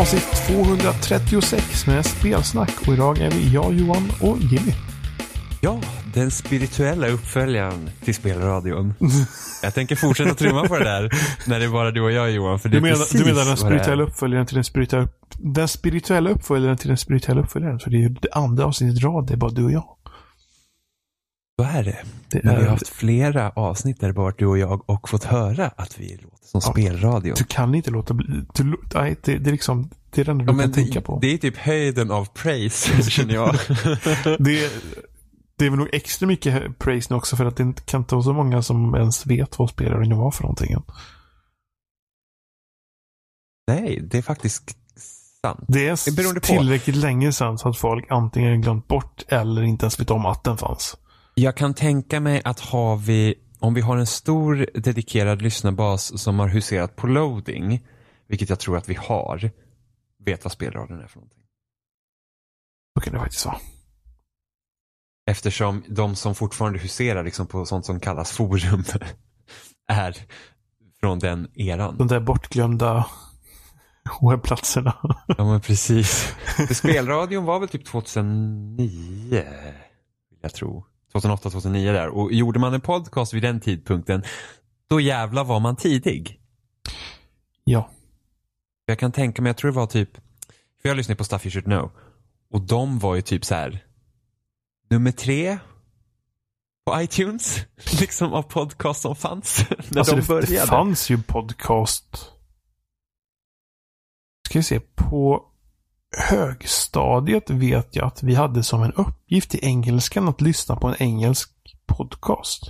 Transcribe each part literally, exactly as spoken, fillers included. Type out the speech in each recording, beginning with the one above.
avsnitt tvåhundratrettiosex med spelsnack, och idag är vi jag, Johan och Jimmy. Ja, den spirituella uppföljaren till spelradion. Jag tänker fortsätta trumma på det där när det är bara du och jag, Johan. För det du, menar, du menar den spirituella är. uppföljaren till den spirituella, den spirituella uppföljaren till den spirituella uppföljaren? För det är ju det andra avsnittet rad, det är bara du och jag. Så är det. det Men är... vi har haft flera avsnitt där det bara du och jag och fått höra att vi låter som ja, spelradio. Du kan inte låta bli. Du, nej, det, det är liksom det är det enda du ja, kan det, tänka på. Det är typ höjden av praise, känner jag. det, det är väl nog extra mycket praise nu också, för att det inte kan ta så många som ens vet vad spelaren var för någonting. Nej, det är faktiskt sant. Det är det tillräckligt länge sedan så att folk antingen glömt bort eller inte ens vet om att den fanns. Jag kan tänka mig att har vi, om vi har en stor dedikerad lyssnarbas som har huserat på loading, vilket jag tror att vi har, vet vad spelradion är för någonting. Okej, det är faktiskt så. Eftersom de som fortfarande huserar liksom på sånt som kallas forum är från den eran. De där bortglömda webbplatserna. Ja, men precis. För spelradion var väl typ tjugohundranio, vill jag tro. tjugohundraåtta tjugohundranio där. Och gjorde man en podcast vid den tidpunkten, då jävla var man tidig. Ja. Jag kan tänka mig, jag tror det var typ, för jag lyssnade på Stuff You Should Know, och de var ju typ så här nummer tre på iTunes, liksom av podcast som fanns när alltså de det, började. Det fanns ju podcast, ska vi se, på högstadiet vet jag att vi hade som en uppgift i engelskan att lyssna på en engelsk podcast.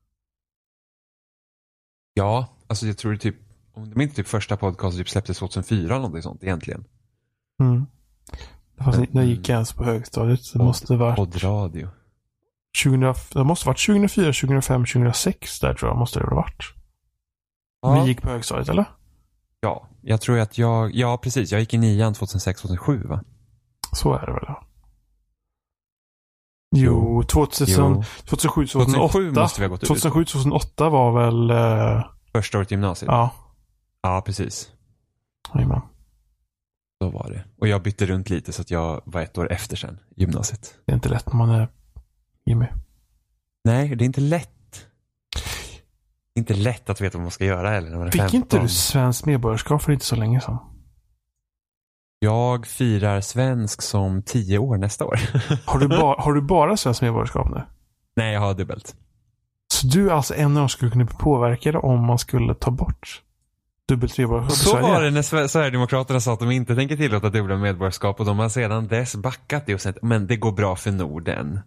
Ja, alltså jag tror det typ, om det inte typ första podcast typ släpptes tjugohundrafyra eller någonting sånt egentligen. Mm. Fast mm. när jag gick ens på högstadiet så Pod, måste det varit poddradio. tjugo, det måste varit tjugohundrafyra, tjugohundrafem, tjugohundrasex där tror jag måste det ha varit. Ja. Vi gick på högstadiet, eller? Ja, jag tror att jag, ja precis, jag gick i nian tjugohundrasex tjugohundrasju, va? Så är det väl. Jo, tvåtusen, jo. tjugohundrasju tjugohundraåtta måste vi ha gått ut. tjugohundrasju tjugohundraåtta var väl eh... första året i gymnasiet. Ja. Ja, precis. Jajamän. Så var det. Och jag bytte runt lite så att jag var ett år efter sen, gymnasiet. Det är inte lätt när man är Jimmy. Nej, det är inte lätt. Det är inte lätt att veta vad man ska göra eller när man är Fick femton. inte du svensk medborgarskap för inte så länge sedan? Jag firar svensk som tio år nästa år. Har du, ba- har du bara svensk medborgarskap nu? Nej, jag har dubbelt. Så du alltså en av dem skulle kunna påverka det om man skulle ta bort dubbelt medborgarskap i Så Sverige? var det när Sverigedemokraterna sa att de inte tänker tillåta dubbla medborgarskap, och de har sedan dess backat det och sagt men det går bra för Norden.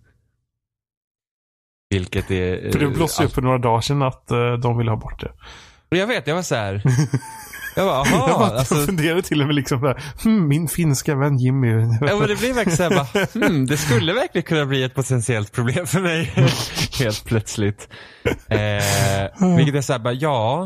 Vilket är... För det blossade upp för några dagar sedan att uh, de ville ha bort det. Jag vet, jag var så här. Jag bara, aha, jag bara alltså... funderade till och med liksom där, hm, min finska vän Jimmy. Ja, men det blir verkligen så här, bara, hmm, det skulle verkligen kunna bli ett potentiellt problem för mig. Helt plötsligt. Eh, vilket är så här, bara, ja.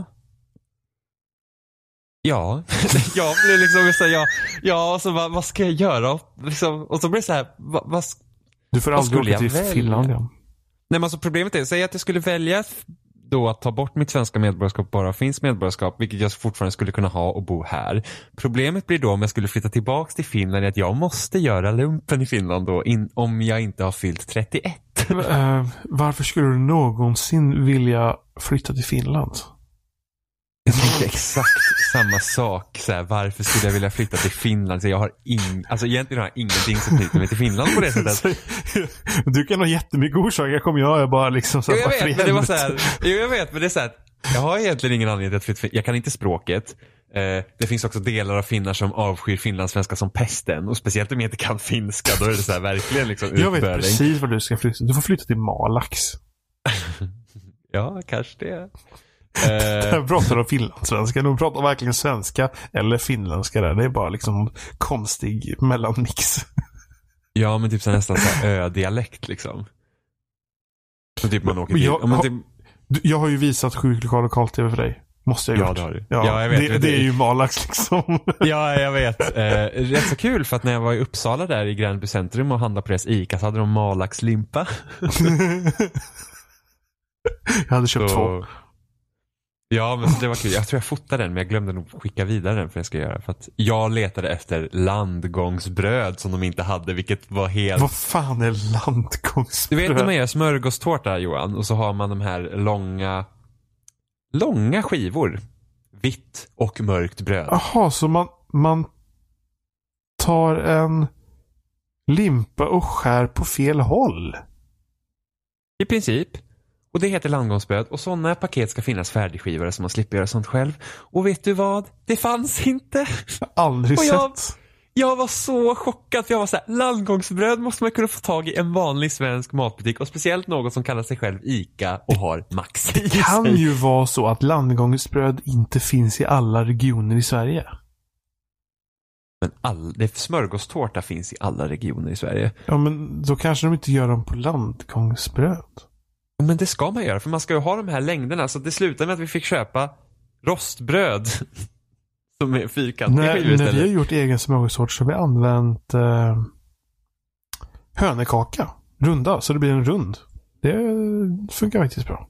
Ja. Jag blir liksom så här, ja, ja, och så bara, vad ska jag göra? Liksom, och så blir det så här, vad, vad, du får aldrig åka till Finland igen. Nej, men alltså problemet är, säg att jag skulle välja då att ta bort mitt svenska medborgarskap, bara finns medborgarskap, vilket jag fortfarande skulle kunna ha och bo här. Problemet blir då om jag skulle flytta tillbaka till Finland är att jag måste göra lumpen i Finland då, in, om jag inte har fyllt trettioett. Uh, varför skulle du någonsin vilja flytta till Finland? Jag tänkte exakt samma sak. Så här, varför skulle jag vilja flytta till Finland? Så jag har ing, alltså egentligen har jag ingenting som knyter mig till Finland på det sättet. Du kan ha jättemycket orsaker. Kommer jag är bara liksom så här, jo, jag vet, men det var så här, jo, jag vet, men det är så här, jag har egentligen ingen anledning att flytta. Jag kan inte språket. Eh, det finns också delar av finnar som avskyr finlandssvenska som pesten. Och speciellt om jag inte kan finska, då är det så här verkligen liksom jag vet precis var du ska flytta. Du får flytta till Malax. Ja, kanske det. Där pratar de finlandssvenska. De pratar verkligen svenska eller finländska där. Det är bara liksom en konstig mellanmix. Ja, men typ så nästan så här ö-dialekt liksom. Så typ man åker till. Jag, ja, men typ... har, jag har ju visat sjuk lokal lokal tv för dig. Måste jag ja, gjort. Det har du. Ja, ja, jag vet. Det, vet det är ju Malax liksom. Ja, jag vet. Eh, rätt så kul för att när jag var i Uppsala där i Gränby centrum och handlade på deras Ica så hade de Malax limpa. Jag hade köpt så... två. Ja, men så det var kul. Jag tror jag fotade den, men jag glömde nog skicka vidare den för jag ska göra. För att jag letade efter landgångsbröd som de inte hade, vilket var helt... Vad fan är landgångsbröd? Du vet när man gör smörgåstårta, Johan, och så har man de här långa, långa skivor. Vitt och mörkt bröd. Jaha, så man, man tar en limpa och skär på fel håll? I princip. Och det heter landgångsbröd. Och sådana paket ska finnas färdigskivare så man slipper göra sånt själv. Och vet du vad? Det fanns inte. Jag har aldrig och jag, sett. Jag var så chockad. För jag var så här, landgångsbröd måste man kunna få tag i en vanlig svensk matbutik. Och speciellt något som kallar sig själv ICA och har Maxi. Det kan ju vara så att landgångsbröd inte finns i alla regioner i Sverige. Men all, det smörgåstårta finns i alla regioner i Sverige. Ja, men då kanske de inte gör dem på landgångsbröd. Men det ska man göra, för man ska ju ha de här längderna. Så det slutade med att vi fick köpa rostbröd som är fyrkantiga skivor istället. När vi har gjort egen smörgåstårta så har vi använt eh, hönekaka. Runda, så det blir en rund. Det funkar faktiskt bra.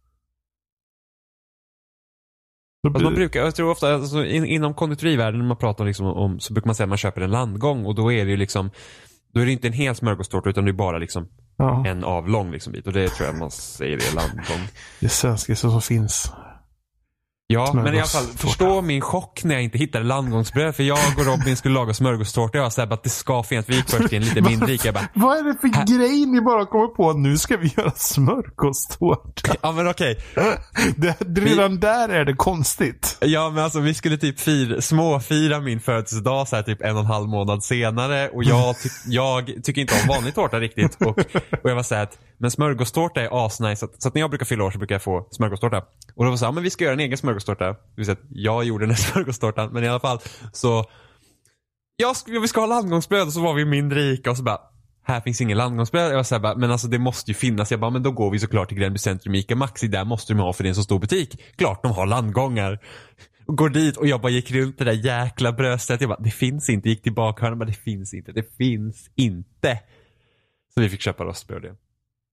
Alltså man brukar, jag tror ofta alltså in, inom konditorivärlden när man pratar liksom om, så brukar man säga att man köper en landgång och då är det ju liksom, då är det inte en hel smörgåstårta utan det är bara liksom ja. en avlång liksom bit och det tror jag man säger är landgång. Det svenska som finns. Ja, men i alla fall, förstå min chock när jag inte hittade landgångsbröd. För jag och Robin skulle laga smörgåstårta. Jag sa att det ska finnas. Vi gick först i en lite mindre jag bara, vad är det för här grej ni bara kommer på? Nu ska vi göra smörgåstårta. Ja, men okej. Det, redan vi... där är det konstigt. Ja, men alltså vi skulle typ fira, småfira min födelsedag så här typ en och en halv månad senare. Och jag, ty- jag tycker inte om vanlig tårta riktigt. Och, och jag var så här att, men smörgåstårta är asnice. Så, att, så att när jag brukar fylla år så brukar jag få smörgåstårta. Och då var så här, men vi ska göra en egen smörgåstårta. Det vill säga att jag gjorde den här smörgåstårtan. Men i alla fall så jag sk- vi ska ha landgångsbröd. Och så var vi mindre rika och så bara, här finns ingen landgångsbröd. Jag var så här bara, men alltså det måste ju finnas. Jag bara, men då går vi såklart till Gränby Centrum, ICA Maxi. Där måste de ha för det är en så stor butik. Klart de har landgångar. Och går dit och jag bara gick runt det där jäkla bröstet. Jag bara, det finns inte. Gick till bakhörnan, bara det finns inte. Det finns inte. Så vi fick köpa rostbröd igen.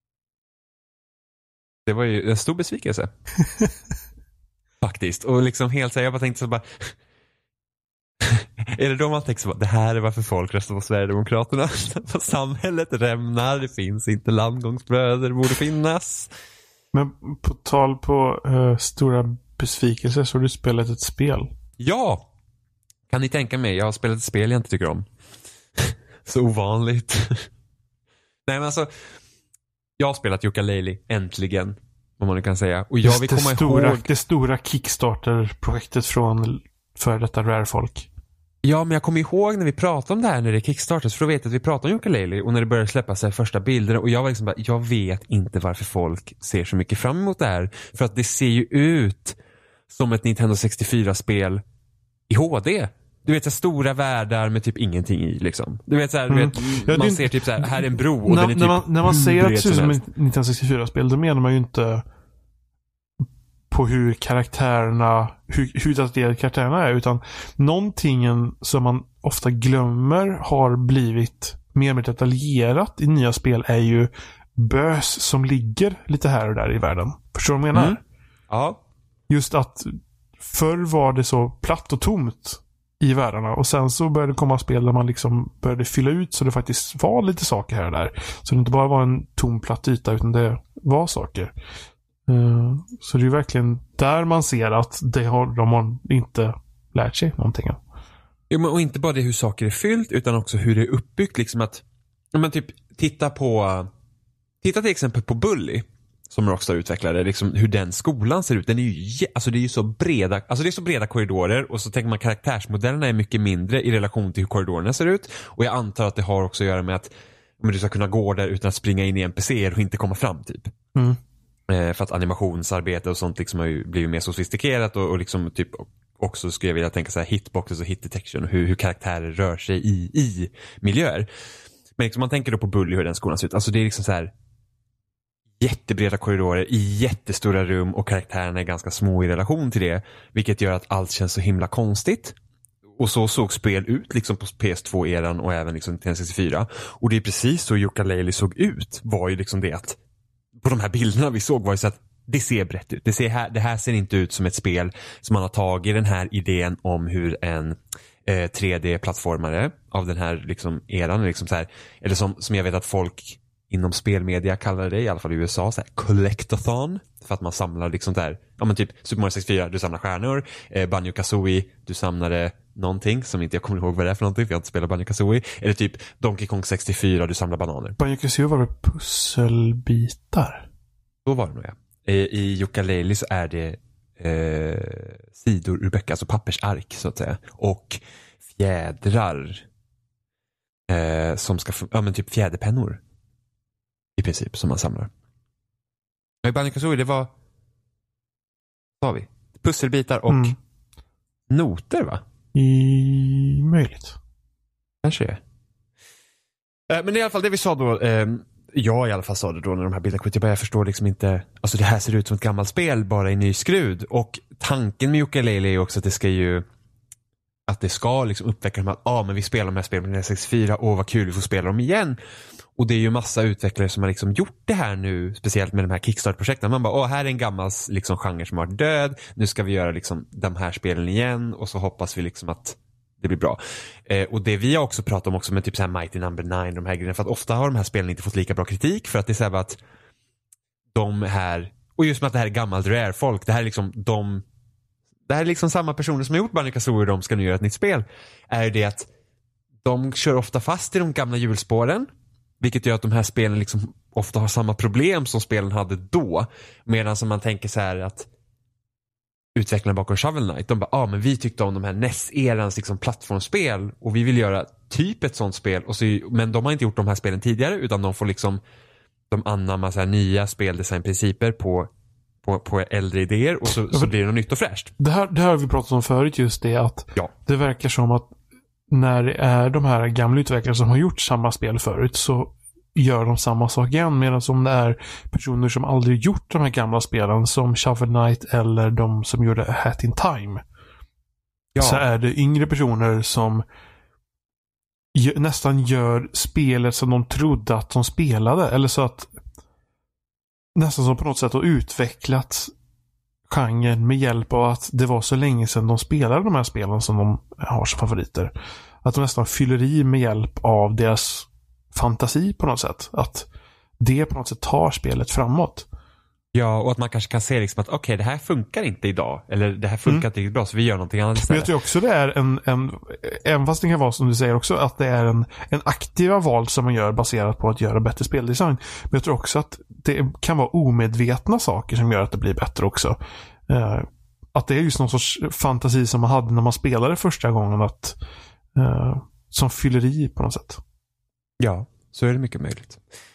Det var ju en stor besvikelse. Faktiskt. Och liksom helt så här, jag bara tänkte så bara är det då man tänker så bara, det här är varför folk röstar på Sverigedemokraterna. Samhället rämnar, det finns inte landgångsbröd, det borde finnas. Men på tal på uh, stora besvikelser så har du spelat ett spel. Ja! Kan ni tänka mig, jag har spelat ett spel jag inte tycker om. Så ovanligt. Nej men alltså, jag har spelat Yooka-Laylee, äntligen. Om man nu kan säga. Och jag vill det, komma stora, ihåg... det stora Kickstarter-projektet från för detta Rare-folk. Ja, men jag kommer ihåg när vi pratade om det här när det kickstartades. För då vet jag att vi pratade om Yooka-Laylee och när det började släppa sig första bilderna. Och jag var liksom bara, jag vet inte varför folk ser så mycket fram emot det här. För att det ser ju ut som ett Nintendo sextiofyra-spel i H D. Du vet så stora världar med typ ingenting i liksom. Du vet så här, mm. du vet, ja, man det, ser typ så här, här är en bro och när, den är typ när man, när man säger att det ser ut som ett Nintendo sextiofyra-spel, då menar man ju inte på hur karaktärerna, hur, hur daterade karaktärerna är, utan någonting som man ofta glömmer har blivit mer och mer detaljerat i nya spel är ju bös som ligger lite här och där i världen. Förstår du vad jag menar? Mm. Ja. Just att förr var det så platt och tomt i världarna och sen så började det komma spel där man liksom började fylla ut så det faktiskt var lite saker här och där. Så det inte bara var en tom platt yta utan det var saker. Uh, så det är verkligen där man ser att det har, de har inte lärt sig någonting. Jo, men och inte bara det hur saker är fyllt utan också hur det är uppbyggt. Liksom att, men typ, titta på titta till exempel på Bully som Rockstar utvecklade, liksom hur den skolan ser ut. Den är ju, alltså det är ju så breda, alltså det är så breda korridorer och så tänker man karaktärsmodellerna är mycket mindre i relation till hur korridorerna ser ut. Och jag antar att det har också att göra med att men du ska kunna gå där utan att springa in i N P C och inte komma fram typ. Mm. Eh, för att animationsarbete och sånt liksom har ju blivit mer sofistikerat och, och liksom typ också skulle jag vilja tänka så här hitboxes och hit detection och hur, hur karaktärer rör sig i, i miljöer. Men liksom man tänker då på Bully hur den skolan ser ut. Alltså det är liksom så här jättebreda korridorer i jättestora rum och karaktärerna är ganska små i relation till det. Vilket gör att allt känns så himla konstigt. Och så såg spel ut liksom på P S två-eran och även liksom Nintendo sextiofyra. Och det är precis så Yooka-Laylee såg ut var ju liksom det att på de här bilderna vi såg var ju så att det ser brett ut. Det, ser här, det här ser inte ut som ett spel som man har tagit den här idén om hur en eh, tre D-plattformare av den här liksom, eran, liksom så här, eller som, som jag vet att folk inom spelmedia kallar det, i alla fall i U S A, så här, collectathon, för att man samlar liksom där, ja men typ Super Mario sextiofyra, du samlar stjärnor, eh, Banjo-Kazooie, du samlade någonting som inte jag kommer ihåg vad det är för någonting, för jag har inte spelat Banjo-Kazooie, eller typ Donkey Kong sextiofyra, du samlar bananer. Banjo-Kazooie var väl pusselbitar? Så var det nog, ja. I, i Yooka-Laylee så är det eh, sidor ur böcker, alltså pappersark så att säga, och fjädrar eh, som ska, ja men typ fjäderpennor i princip som man samlar. I Banjo-Kazooie det var, vad har vi? Pusselbitar och mm. noter, va? I möjligt. Kanske är. Eh, men i alla fall det vi sa då, eh, jag i alla fall sa det då när de här bilderna kom, jag förstår liksom inte, alltså det här ser ut som ett gammalt spel bara i ny skrud, och tanken med Yooka-Laylee är ju också att det ska ju att det ska liksom uppväcka de här, ja ah, men vi spelar de här spelen med sextiofyra, åh vad kul vi får spela dem igen. Och det är ju massa utvecklare som har liksom gjort det här nu, speciellt med de här Kickstarter-projekten. Man bara, åh här är en gammal liksom, genre som har död, nu ska vi göra liksom, de här spelen igen, och så hoppas vi liksom att det blir bra. Eh, och det vi har också pratat om också med typ så här Mighty Number nine, de här grejerna, för att ofta har de här spelen inte fått lika bra kritik, för att det är så här att de här, och just med att det här är gammalt Rare-folk, det här är liksom de, det här är liksom samma personer som har gjort Banjo-Kazooie, de ska nu göra ett nytt spel, är det att de kör ofta fast i de gamla hjulspåren, vilket gör att de här spelen liksom ofta har samma problem som spelen hade då, medan som man tänker så här att utvecklarna bakom Shovel Knight, de bara, ja ah, men vi tyckte om de här N E S-erans liksom plattformsspel och vi vill göra typ ett sånt spel, och så, men de har inte gjort de här spelen tidigare, utan de får liksom de anammar så här nya speldesignprinciper på, på, på äldre idéer, och så, ja, så blir det något nytt och fräscht. Det här, det här har vi pratat om förut, just det att ja. Det verkar som att när det är de här gamla utvecklare som har gjort samma spel förut, så gör de samma sak igen, medan om det är personer som aldrig gjort de här gamla spelen, som Shovel Knight eller de som gjorde A Hat in Time, ja. Så är det yngre personer som g- nästan gör spelet som de trodde att de spelade, eller så att nästan som på något sätt har utvecklat genren med hjälp av att det var så länge sedan de spelade de här spelen som de har som favoriter, att de nästan fyller i med hjälp av deras fantasi på något sätt. Att det på något sätt tar spelet framåt. Ja, och att man kanske kan se liksom att okej, okay, det här funkar inte idag. Eller det här funkar mm. inte riktigt bra, så vi gör någonting annat istället. Men jag tror också det är en, en även fast det kan vara som du säger också, att det är en, en aktiva val som man gör baserat på att göra bättre speldesign. Men jag tror också att det kan vara omedvetna saker som gör att det blir bättre också. Uh, att det är just någon sorts fantasi som man hade när man spelade första gången, att uh, som fyller i på något sätt. Ja, så är det mycket möjligt.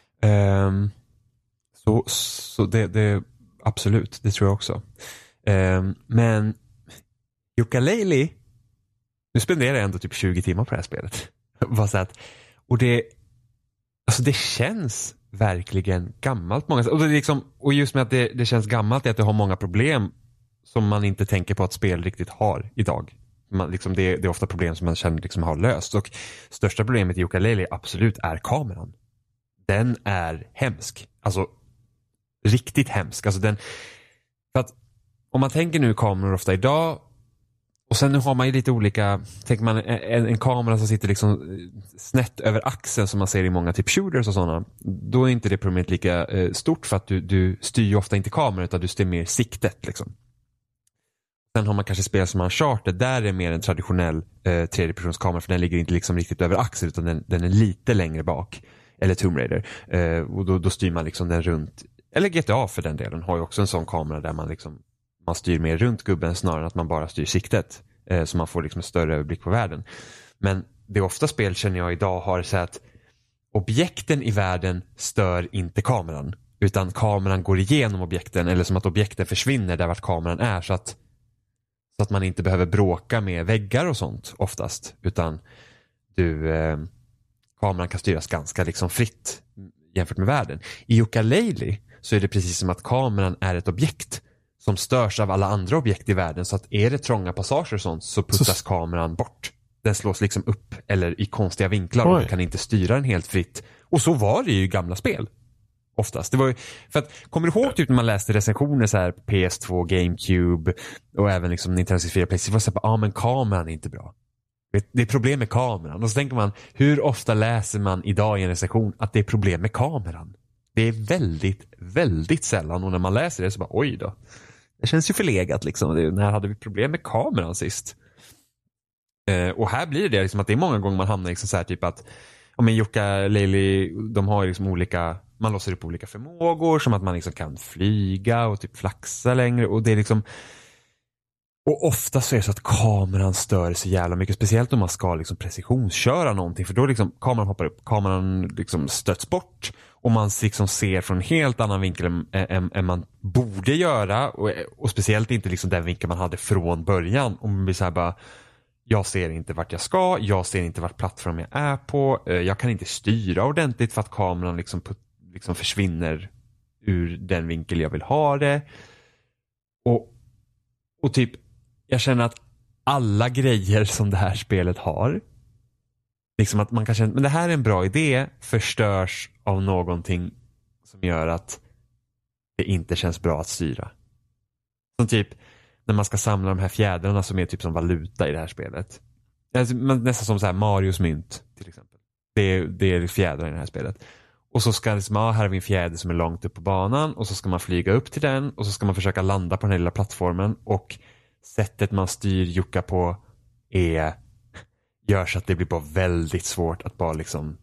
Um, så så det, det absolut, det tror jag också. Um, men Yooka-Laylee, nu spenderar jag ändå typ tjugo timmar på det här spelet. Var så att, och det, alltså det känns verkligen gammalt. Många, och, det liksom, och just med att det, det känns gammalt är att det har många problem som man inte tänker på att spel riktigt har idag. Man, liksom det, det är ofta problem som man känner liksom har löst, och största problemet i Yooka-Laylee absolut är kameran. Den är hemsk, alltså riktigt hemsk, alltså den, för att om man tänker nu kameror ofta idag, och sen nu har man ju lite olika, tänker man en, en kamera som sitter liksom snett över axeln som man ser i många typ shooters och sådana, då är inte det problemet lika eh, stort, för att du, du styr ju ofta inte kameran, utan du styr mer siktet liksom. Sen har man kanske spel som Uncharted, där är det mer en traditionell eh, tredjepersonskamera, för den ligger inte liksom riktigt över axeln, utan den, den är lite längre bak. Eller Tomb Raider. Eh, och då, då styr man liksom den runt. Eller G T A för den delen har ju också en sån kamera där man liksom man styr mer runt gubben snarare än att man bara styr siktet. Eh, så man får liksom en större överblick på världen. Men det är ofta spel, känner jag idag, har så att objekten i världen stör inte kameran, utan kameran går igenom objekten, eller som att objekten försvinner där vart kameran är, så att Så att man inte behöver bråka med väggar och sånt oftast. Utan du, eh, kameran kan styras ganska liksom fritt jämfört med världen. I Yooka-Laylee så är det precis som att kameran är ett objekt som störs av alla andra objekt i världen. Så att är det trånga passager och sånt, så puttas så... kameran bort. Den slås liksom upp eller i konstiga vinklar. Oj. Och du kan inte styra den helt fritt. Och så var det ju i gamla spel. Oftast. Det var ju, för att, kommer du ihåg typ när man läste recensioner så här på P S två, GameCube och även liksom Nintendo sextiofyra, PlayStation, var så här, ja ah, men kameran är inte bra. Det är problem med kameran. Och så tänker man, hur ofta läser man idag i en recension att det är problem med kameran? Det är väldigt, väldigt sällan. Och när man läser det så bara, oj då. Det känns ju förlegat liksom. Det, när hade vi problem med kameran sist? Eh, och här blir det liksom att det är många gånger man hamnar liksom så här typ att, ja men Jukka, Leili, de har ju liksom olika, man låser upp olika förmågor, som att man liksom kan flyga och typ flaxa längre. Och det är liksom, och ofta så är det så att kameran stör så jävla mycket. Speciellt om man ska liksom precisionsköra någonting. För då liksom kameran hoppar upp. Kameran liksom stöts bort. Och man liksom ser från en helt annan vinkel än, än, än man borde göra. Och, och speciellt inte liksom den vinkel man hade från början. Och man blir så här bara, jag ser inte vart jag ska. Jag ser inte vart plattform jag är på. Jag kan inte styra ordentligt för att kameran liksom, liksom försvinner ur den vinkel jag vill ha det. Och, och typ jag känner att alla grejer som det här spelet har, liksom att man kan känna, men det här är en bra idé, förstörs av någonting som gör att det inte känns bra att styra. Som typ när man ska samla de här fjädrarna som är typ som valuta i det här spelet. Alltså, nästan som så här Marios mynt till exempel. Det är, det är fjädrar i det här spelet. Och så ska liksom, ja, här har vi en fjäder som är långt upp på banan, och så ska man flyga upp till den, och så ska man försöka landa på den här lilla plattformen, och sättet man styr Jukka på är, gör så att det blir bara väldigt svårt att bara liksom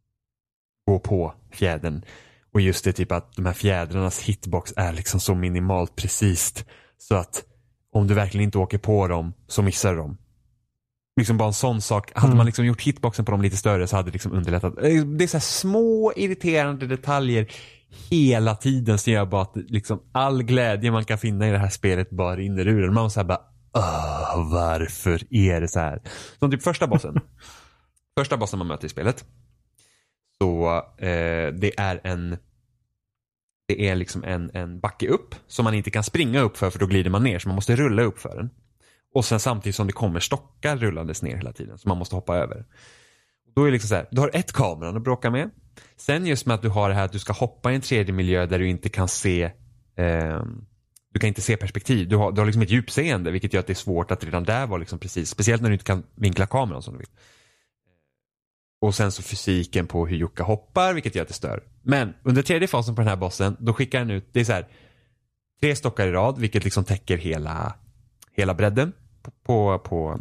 gå på fjädern. Och just det typ att de här fjädrarnas hitbox är liksom så minimalt precis, så att om du verkligen inte åker på dem så missar du dem. Liksom bara en sån sak. Hade mm. man liksom gjort hitboxen på dem lite större så hade det liksom underlättat. Det är så här små irriterande detaljer hela tiden som gör bara att liksom all glädje man kan finna i det här spelet bara rinner ur den. Man så här bara, åh, varför är det så här? Som typ första bossen. första bossen man möter i spelet. Så eh, det är en det är liksom en, en backe upp som man inte kan springa upp för, för då glider man ner, så man måste rulla upp för den. Och sen samtidigt som det kommer stockar rullandes ner hela tiden, så man måste hoppa över. Då är det liksom så här, du har ett kameran att bråka med. Sen just med att du har det här att du ska hoppa i en tredje miljö där du inte kan se eh, du kan inte se perspektiv. Du har, du har liksom ett djupseende, vilket gör att det är svårt att redan där vara liksom precis, speciellt när du inte kan vinkla kameran som du vill. Och sen så fysiken på hur Jukka hoppar, vilket gör att det stör. Men under tredje fasen på den här bossen, då skickar den ut, det är så här, tre stockar i rad, vilket liksom täcker hela hela bredden på, på, på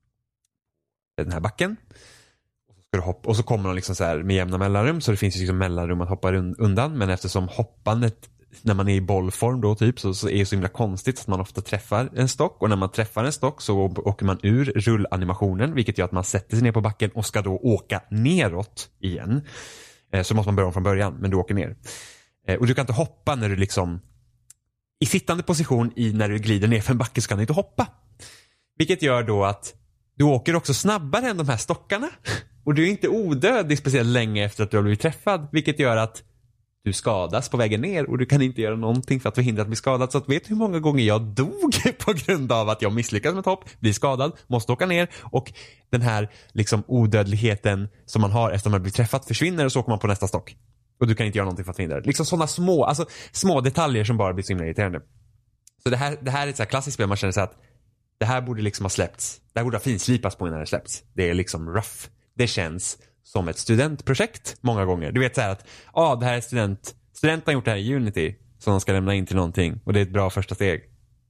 den här backen. Och så, ska du hoppa, och så kommer de liksom så här med jämna mellanrum, så det finns ju liksom mellanrum att hoppa undan, men eftersom hoppandet när man är i bollform då typ, så, så är det så himla konstigt att man ofta träffar en stock, och när man träffar en stock så åker man ur rullanimationen, vilket gör att man sätter sig ner på backen och ska då åka neråt igen. Eh, så måste man börja om från början, men du åker ner. Eh, och du kan inte hoppa när du liksom i sittande position i när du glider ner för en backe, så kan du inte hoppa. Vilket gör då att du åker också snabbare än de här stockarna. Och du är inte odödlig speciellt länge efter att du har blivit träffad. Vilket gör att du skadas på vägen ner, och du kan inte göra någonting för att förhindra att bli skadad. Så att vet du hur många gånger jag dog på grund av att jag misslyckas med ett hopp, blir skadad, måste åka ner, och den här liksom odödligheten som man har efter att man blir träffad försvinner, och så åker man på nästa stock. Och du kan inte göra någonting för att förhindra det. Liksom sådana små, alltså små detaljer som bara blir så himla irriterande. Så det här, det här är ett så här klassiskt spel, man känner sig att det här borde liksom ha släppts. Det här borde ha finslipats på innan det släppts. Det är liksom rough. Det känns som ett studentprojekt många gånger. Du vet så här att, ja, ah, det här är student. Studenten har gjort det här i Unity som de ska lämna in till någonting. Och det är ett bra första steg.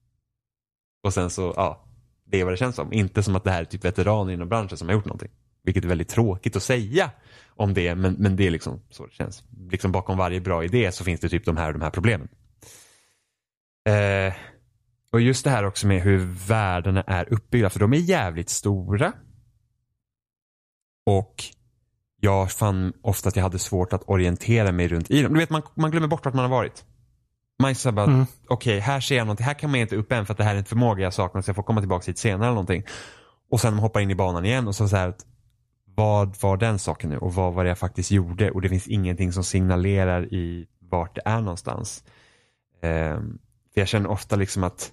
Och sen så, ja, ah, det är vad det känns som. Inte som att det här är typ veteraner inom branschen som har gjort någonting. Vilket är väldigt tråkigt att säga om det, men, men det är liksom så det känns. Liksom bakom varje bra idé så finns det typ de här de här problemen. Eh, och just det här också med hur världarna är uppbyggda, för de är jävligt stora. Och jag fann ofta att jag hade svårt att orientera mig runt i dem. Du vet, man, man glömmer bort vart man har varit. Man säger bara, mm. okej, okay, här ser jag någonting, här kan man inte upp än för att det här är en förmåga jag saknar, så jag får komma tillbaka hit senare eller någonting. Och sen hoppar in i banan igen och så säger att vad var den saken nu och vad var det jag faktiskt gjorde, och det finns ingenting som signalerar i vart det är någonstans. Um, för jag känner ofta liksom att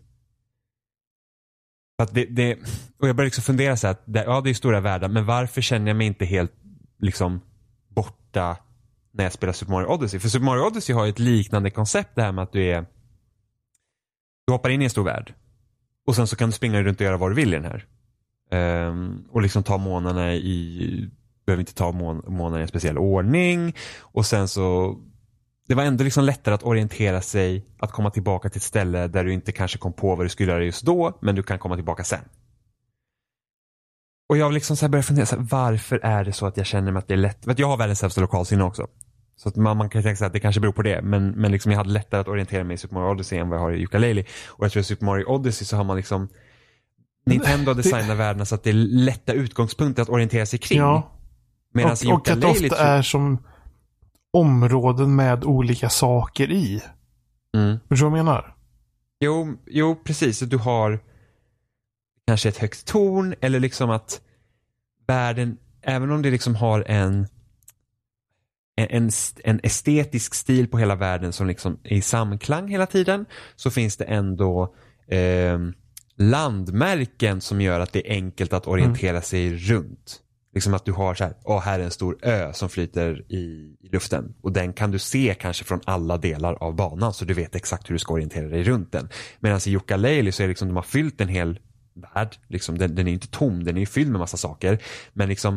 att det, det och jag börjar liksom fundera så här att det, ja, det är stora världar, men varför känner jag mig inte helt liksom borta när jag spelar Super Mario Odyssey. För Super Mario Odyssey har ju ett liknande koncept, det här med att du är du hoppar in i en stor värld och sen så kan du springa runt och göra vad du vill i den här. Um, och liksom ta månaderna i behöver inte ta mån- månaderna i en speciell ordning, och sen så det var ändå liksom lättare att orientera sig, att komma tillbaka till ett ställe där du inte kanske kom på vad du skulle göra just då, men du kan komma tillbaka sen. Och jag liksom så här började fundera så här, varför är det så att jag känner mig att det är lätt, för att jag har världens sämsta lokalsinne också. Så att man, man kan tänka sig att det kanske beror på det, men, men liksom jag hade lättare att orientera mig i Super Mario Odyssey än vad jag har i Yooka-Laylee. Och jag tror att i Super Mario Odyssey så har man liksom Nintendo har designat världen så att det är lätta utgångspunkter att orientera sig kring. Ja. Medan Och, och att det ofta är som områden med olika saker i. Mm. Förstår du vad jag menar? Jo, jo, precis. Du har kanske ett högt torn, eller liksom att världen, även om det liksom har en en, en estetisk stil på hela världen som liksom är i samklang hela tiden, så finns det ändå eh, landmärken som gör att det är enkelt att orientera mm. sig runt. Liksom att du har så här, åh, här är en stor ö som flyter i, i luften, och den kan du se kanske från alla delar av banan, så du vet exakt hur du ska orientera dig runt den. Medan i Yooka-Laylee så är det liksom, de har fyllt en hel värld, liksom, den, den är inte tom, den är ju fylld med massa saker, men liksom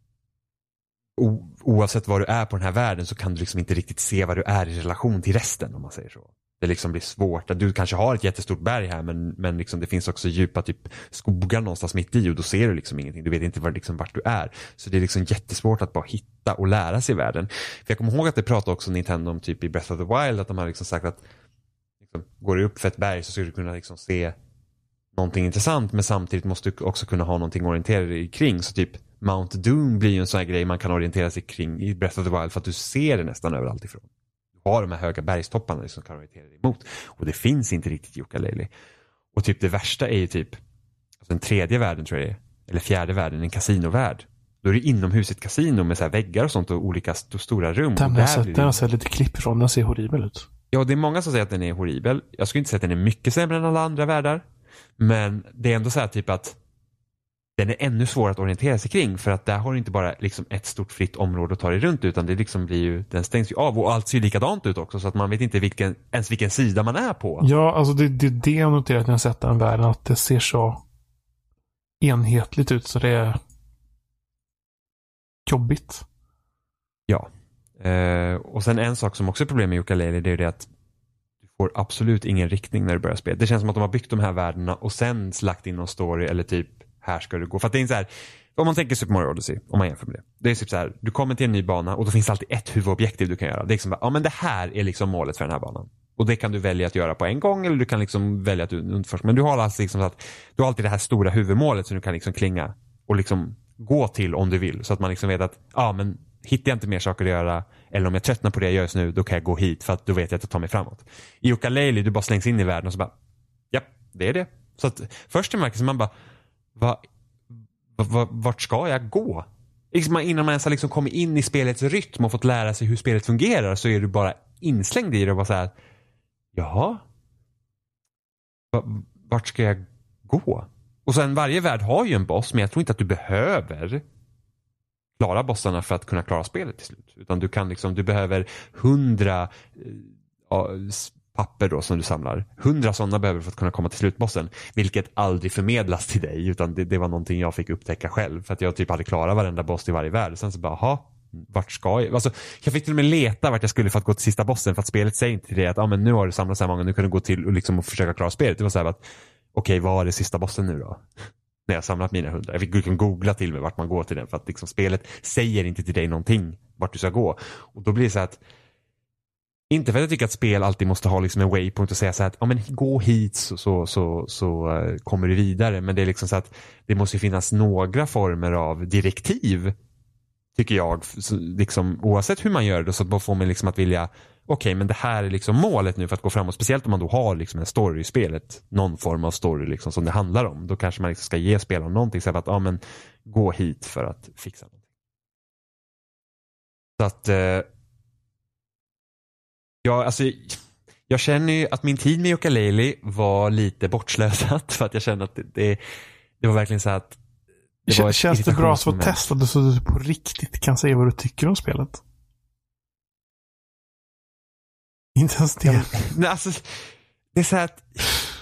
o, oavsett vad du är på den här världen så kan du liksom inte riktigt se vad du är i relation till resten, om man säger så. Det liksom blir svårt. Du kanske har ett jättestort berg här, men, men liksom det finns också djupa typ skogar någonstans mitt i, och då ser du liksom ingenting. Du vet inte var, liksom, vart du är. Så det är liksom jättesvårt att bara hitta och lära sig världen. För jag kommer ihåg att det pratade också Nintendo om typ i Breath of the Wild, att de har liksom sagt att liksom, går du upp för ett berg så ska du kunna liksom se någonting intressant, men samtidigt måste du också kunna ha någonting att orientera dig kring. Så typ Mount Doom blir ju en sån här grej man kan orientera sig kring i Breath of the Wild, för att du ser det nästan överallt ifrån. Har de här höga bergstopparna som kan orientera dig emot. Och det finns inte riktigt i Yooka-Laylee. Och typ det värsta är ju typ alltså den tredje världen, tror jag det är. Eller fjärde världen, en kasinovärld. Då är det inomhus ett kasino med så här väggar och sånt och olika st- stora rum. Den och har där sett, den har sett lite klipp från, den ser horribel ut. Ja, det är många som säger att den är horribel. Jag skulle inte säga att den är mycket sämre än alla andra världar. Men det är ändå så här typ att den är ännu svårare att orientera sig kring, för att där har du inte bara liksom ett stort fritt område att ta dig runt, utan det liksom blir ju, den stängs ju av, och allt ser likadant ut också, så att man vet inte vilken, ens vilken sida man är på. Ja, alltså det är det, det jag noterat när jag sett den världen, att det ser så enhetligt ut så det är jobbigt. Ja. Eh, och sen en sak som också är problem med Yooka-Laylee, det är det att du får absolut ingen riktning när du börjar spela. Det känns som att de har byggt de här världarna och sen lagt in någon story, eller typ här ska du gå. För att det är så här, om man tänker Super Mario Odyssey, om man jämför med det. Det är typ så här, du kommer till en ny bana och då finns det alltid ett huvudobjektiv du kan göra. Det är liksom bara, ja men det här är liksom målet för den här banan. Och det kan du välja att göra på en gång, eller du kan liksom välja att undförst. Men du har alltså liksom så att du har alltid det här stora huvudmålet som du kan liksom klinga och liksom gå till om du vill. Så att man liksom vet att, ja men hittar jag inte mer saker att göra, eller om jag tröttnar på det jag gör just nu, då kan jag gå hit, för att då vet jag att jag tar mig framåt. I Yooka-Laylee, du bara slängs in i världen och så bara, ja, det är det. Så att först i märkelsen man bara, Va, va, vart ska jag gå? Liksom innan man ens har liksom kommit in i spelets rytm och fått lära sig hur spelet fungerar, så är du bara inslängd i det och bara så här, jaha, va, vart ska jag gå? Och sen varje värld har ju en boss, men jag tror inte att du behöver klara bossarna för att kunna klara spelet till slut, utan du kan liksom, du behöver hundra äh, papper då som du samlar. Hundra sådana behöver du för att kunna komma till slutbossen. Vilket aldrig förmedlas till dig, utan det, det var någonting jag fick upptäcka själv. För att jag typ hade klarat varenda boss i varje värld. Sen så bara, aha, vart ska jag? Alltså, jag fick till och med leta vart jag skulle för att gå till sista bossen. För att spelet säger inte till dig att ah, men nu har du samlat så här många, nu kan du gå till och, liksom, och försöka klara spelet. Det var så här att, okej, okay, vad är det sista bossen nu då? När jag samlat mina hundra. Jag fick liksom googla till mig vart man går till den. För att liksom, spelet säger inte till dig någonting vart du ska gå. Och då blir det så att, inte för att jag tycker att spel alltid måste ha liksom en waypoint och säga så här att ja, men gå hit så, så, så, så uh, kommer du vidare. Men det är liksom så att det måste finnas några former av direktiv, tycker jag, så, liksom, oavsett hur man gör det, så att man får man liksom att vilja, okej, okay, men det här är liksom målet nu för att gå framåt. Speciellt om man då har liksom en story i spelet, någon form av story liksom, som det handlar om. Då kanske man liksom ska ge spelaren någonting, så att ja, men gå hit för att fixa någonting. Så att uh, Ja, alltså, jag känner ju att min tid med Yooka-Laylee var lite bortslösat, för att jag kände att det, det, det var verkligen så att det Kän, var känns det bra att få testa det så du på riktigt kan säga vad du tycker om spelet? Inte ens det. Ja, men, alltså, det är så här att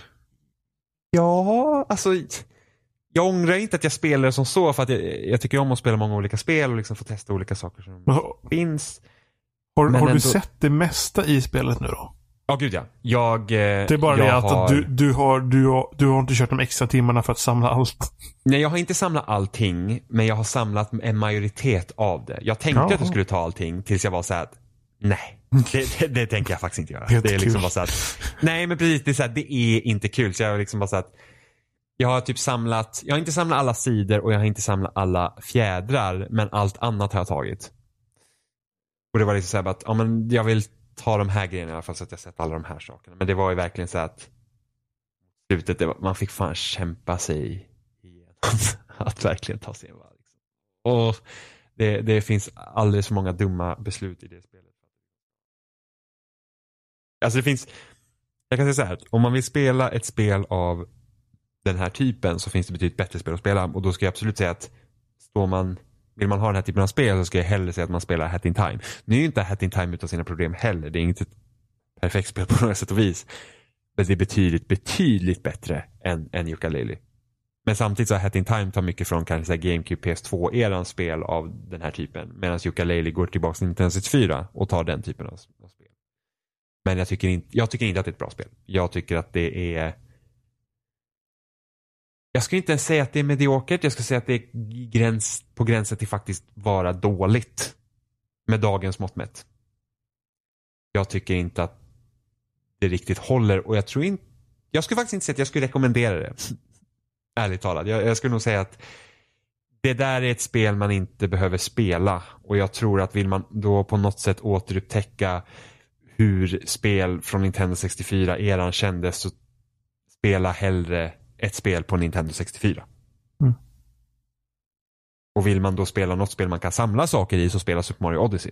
ja, alltså jag ångrar inte att jag spelar som så, för att jag, jag tycker om att spela många olika spel och liksom få testa olika saker som men, finns. Har, har ändå... du sett det mesta i spelet nu då? Ja, gud ja. Jag, det är bara jag det att har... du, du, har, du, har, du har inte kört de extra timmarna för att samla allt. Nej, jag har inte samlat allting, men jag har samlat en majoritet av det. Jag tänkte Jaha. att jag skulle ta allting tills jag var så här att nej, det, det, det tänker jag faktiskt inte göra. Det Det är är liksom kul. bara så att nej, men precis, det är så här, det är inte kul. Så jag har liksom bara så att jag har typ samlat, jag har inte samlat alla sidor och jag har inte samlat alla fjädrar, men allt annat har jag tagit. Och det var liksom så här att ja, men jag vill ta de här grejerna i alla fall så att jag sett alla de här sakerna. Men det var ju verkligen så att slutet, det var, man fick fan kämpa sig igenom att verkligen ta sig en var. Liksom. Och det, det finns alldeles för många dumma beslut i det spelet. Alltså det finns, jag kan säga så här, om man vill spela ett spel av den här typen så finns det betydligt bättre spel att spela. Och då ska jag absolut säga att står man, vill man ha den här typen av spel så ska jag hellre säga att man spelar Hat in Time. Nu är ju inte Hat in Time utan sina problem heller. Det är inte ett perfekt spel på något sätt och vis. Men det är betydligt, betydligt bättre än, än Yooka-Laylee. Men samtidigt så har Hat in Time tar mycket från kanske GameCube P S två-erans spel av den här typen. Medan Yooka-Laylee går tillbaka till Nintendo sextiofyra och tar den typen av, av spel. Men jag tycker, inte, jag tycker inte att det är ett bra spel. Jag tycker att det är... Jag ska inte ens säga att det är mediokert. Jag ska säga att det är gräns, på gränsen till faktiskt vara dåligt. Med dagens mått mätt. Jag tycker inte att det riktigt håller. Och jag tror inte... Jag skulle faktiskt inte säga att jag skulle rekommendera det. Ärligt talat. Jag, jag skulle nog säga att det där är ett spel man inte behöver spela. Och jag tror att vill man då på något sätt återupptäcka hur spel från Nintendo sextiofyra-eran kändes, så spela hellre ett spel på Nintendo sextiofyra. Mm. Och vill man då spela något spel man kan samla saker i, så spela Super Mario Odyssey.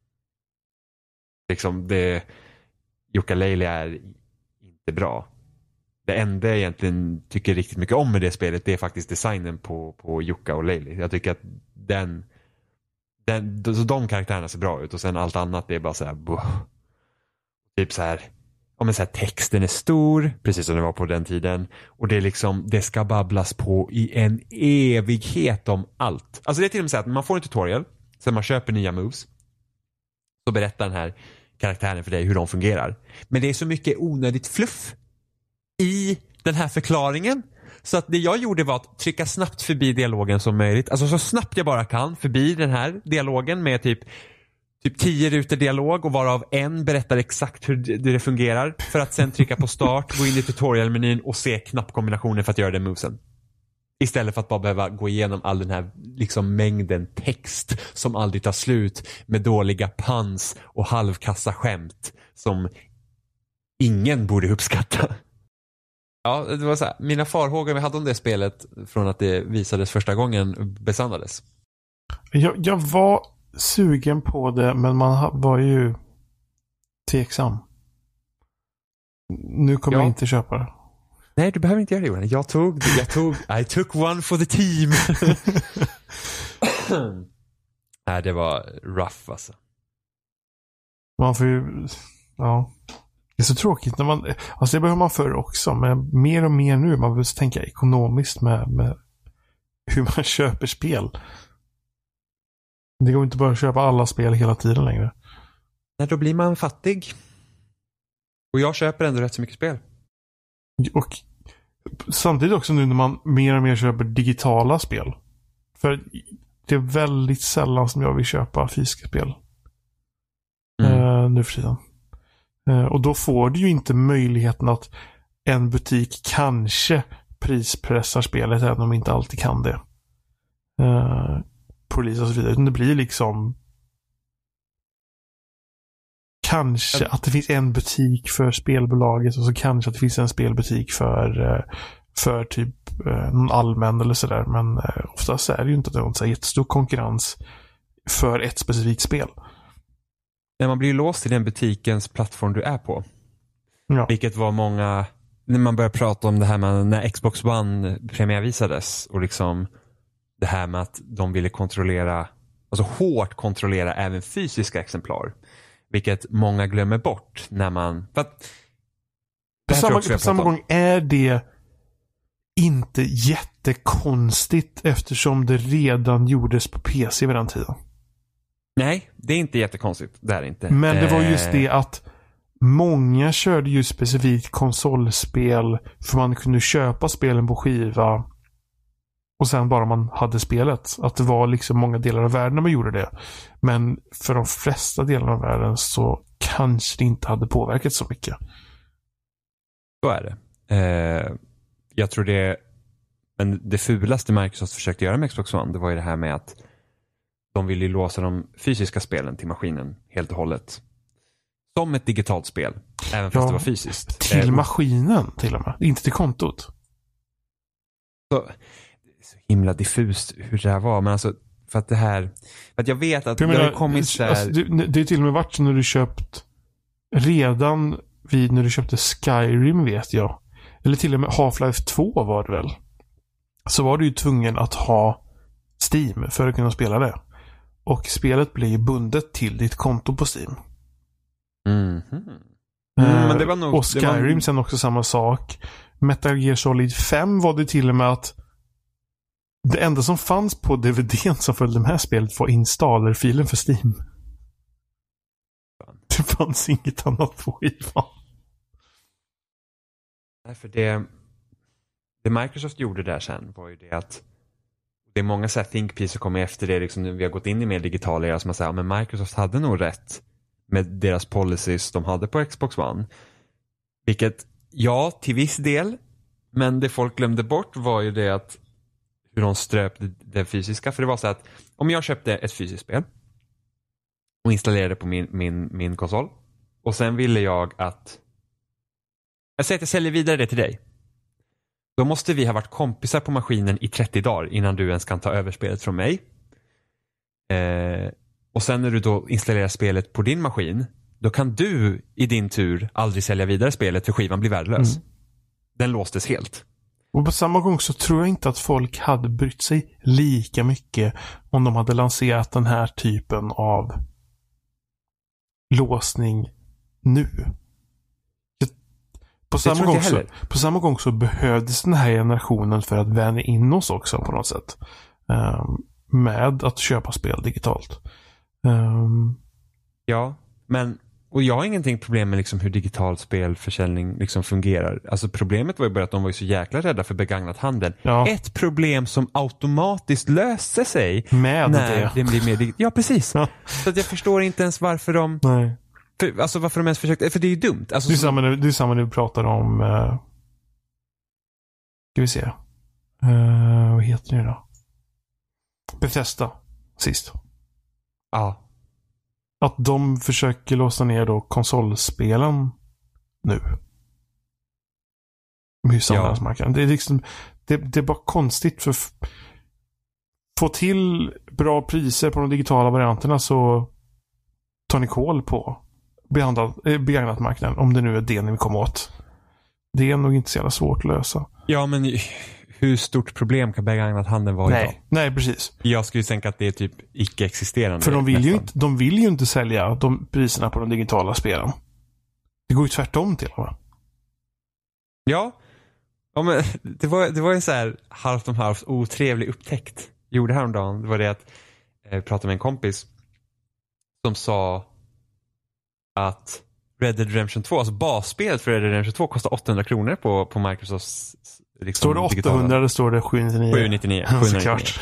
Liksom det... Yooka-Laylee är inte bra. Det enda jag egentligen tycker riktigt mycket om med det spelet, det är faktiskt designen på, på Yooka och Laylee. Jag tycker att den, den så de karaktärerna ser bra ut, och sen allt annat det är bara så här, buh. Typ så här, ja men så här, texten är stor, precis som det var på den tiden, och det är liksom, det ska babblas på i en evighet om allt. Alltså det är till och med så att man får en tutorial, sen man köper nya moves, så berättar den här karaktären för dig hur de fungerar. Men det är så mycket onödigt fluff i den här förklaringen, så att det jag gjorde var att trycka snabbt förbi dialogen som möjligt. Alltså så snabbt jag bara kan förbi den här dialogen med typ typ tio rutor dialog, och varav en berättar exakt hur det fungerar, för att sen trycka på start, gå in i tutorialmenyn och se knappkombinationen för att göra den movesen. Istället för att bara behöva gå igenom all den här liksom mängden text som aldrig tar slut, med dåliga puns och halvkassa skämt som ingen borde uppskatta. Ja, det var så här, mina farhågor vi hade om det spelet från att det visades första gången besannades. Jag, jag var sugen på det, men man var ju tveksam. Nu kommer ja. jag inte köpa det. Nej, du behöver inte göra det, Johan. Jag tog, jag tog, I took one for the team. Nej, det var rough alltså. Man får ju, ja. Det är så tråkigt när man, alltså det behöver man förr också, men mer och mer nu, man behöver tänka ekonomiskt med, med hur man köper spel. Det går inte bara att köpa alla spel hela tiden längre. Nej, då blir man fattig. Och jag köper ändå rätt så mycket spel. Och samtidigt också nu när man mer och mer köper digitala spel. För det är väldigt sällan som jag vill köpa fysiska spel. Mm. Uh, nu för tiden. Uh, och då får du ju inte möjligheten att en butik kanske prispressar spelet, även om de inte alltid kan det. Uh, polis och så vidare. Det blir liksom kanske att det finns en butik för spelbolaget, och så kanske att det finns en spelbutik för för typ någon allmän eller sådär, men oftast är det ju inte någon så jättestor konkurrens för ett specifikt spel. När man blir låst i den butikens plattform du är på. Ja. Vilket var många, när man började prata om det här med när Xbox One premiärvisades, och liksom det här med att de ville kontrollera, alltså hårt kontrollera även fysiska exemplar. Vilket många glömmer bort när man... För att, på samma, på samma gång är det inte jättekonstigt eftersom det redan gjordes på P C vid den tiden. Nej, det är inte jättekonstigt. Det är inte. Men det var just det att många körde ju specifikt konsolspel för man kunde köpa spelen på skiva och sen bara man hade spelet. Att det var liksom många delar av världen när man gjorde det. Men för de flesta delarna av världen så kanske det inte hade påverkat så mycket. Så är det. Eh, jag tror det men det fulaste Microsoft försökte göra med Xbox One, det var ju det här med att de ville låsa de fysiska spelen till maskinen helt och hållet. Som ett digitalt spel. Även fast ja, det var fysiskt. Till eh, maskinen till och med. Inte till kontot. Så, så himla diffust hur det här var. Men alltså, för att det här... För att jag vet att jag det menar, har kommit så här... Alltså, det, det är till och med varit så när du köpt... Redan vid när du köpte Skyrim vet jag. Eller till och med Half-Life två var det väl. Så var du ju tvungen att ha Steam för att kunna spela det. Och spelet blir ju bundet till ditt konto på Steam. Mm. Mm, men det var nog, och Skyrim det var... sen också samma sak. Metal Gear Solid fem var det till och med att det enda som fanns på D V D:n som följde med spelet var installerfilen för Steam. Det fanns inget annat på skivan. Nej, för det det Microsoft gjorde där sen var ju det att det är många så här think-pieces som kommer efter det liksom, vi har gått in i mer digitala era som man säger, men Microsoft hade nog rätt med deras policies de hade på Xbox One. Vilket, ja, till viss del, men det folk glömde bort var ju det att hur de ströpte det fysiska. För det var så att om jag köpte ett fysiskt spel och installerade på min, min, min konsol och sen ville jag att jag säger att jag säljer vidare det till dig. Då måste vi ha varit kompisar på maskinen i trettio dagar innan du ens kan ta över spelet från mig. Eh, och sen när du då installerar spelet på din maskin, då kan du i din tur aldrig sälja vidare spelet för skivan blir värdelös. Mm. Den låstes helt. Och på samma gång så tror jag inte att folk hade brytt sig lika mycket om de hade lanserat den här typen av låsning nu. På samma, gång så, på samma gång så behövdes den här generationen för att vänja in oss också på något sätt. Um, med att köpa spel digitalt. Um, ja, men och jag har ingenting problem med liksom hur digital spelförsäljning liksom fungerar. Alltså problemet var ju bara att de var ju så jäkla rädda för begagnat handel. Ja. Ett problem som automatiskt löser sig med när det. det blir mer digitalt. Ja, precis. Ja. Så att jag förstår inte ens varför de... Nej. För, alltså varför de ens försökte, för det är ju dumt. Alltså, det, är samma, det är samma när vi pratar om uh, ska vi se uh, vad heter det då? Bethesda sist. Ja. Att de försöker låsa ner då konsolspelen nu. Med samhällsmarknaden. Det är liksom det, det är bara konstigt för f- få till bra priser på de digitala varianterna så tar ni koll på begagnat marknaden, om det nu är det ni vill komma åt. Det är nog inte så jävla svårt att lösa. Ja, men hur stort problem kan begagnat handeln vara nej, idag? Nej, precis. Jag skulle tänka att det är typ icke-existerande. För de vill, ju inte, de vill ju inte sälja de priserna på de digitala spelen. Det går ju tvärtom till, va? Ja. Ja, men det var, det var en så här halvt om halvt otrevlig upptäckt. Gjorde häromdagen. Det var det att jag pratade med en kompis som sa att Red Dead Redemption två, alltså basspelet för Red Dead Redemption två kostar åttahundra kronor på, på Microsofts liksom, står det åttahundra digitala. Eller står det sjuhundranittionio? sjuhundranittionio. Ja, såklart.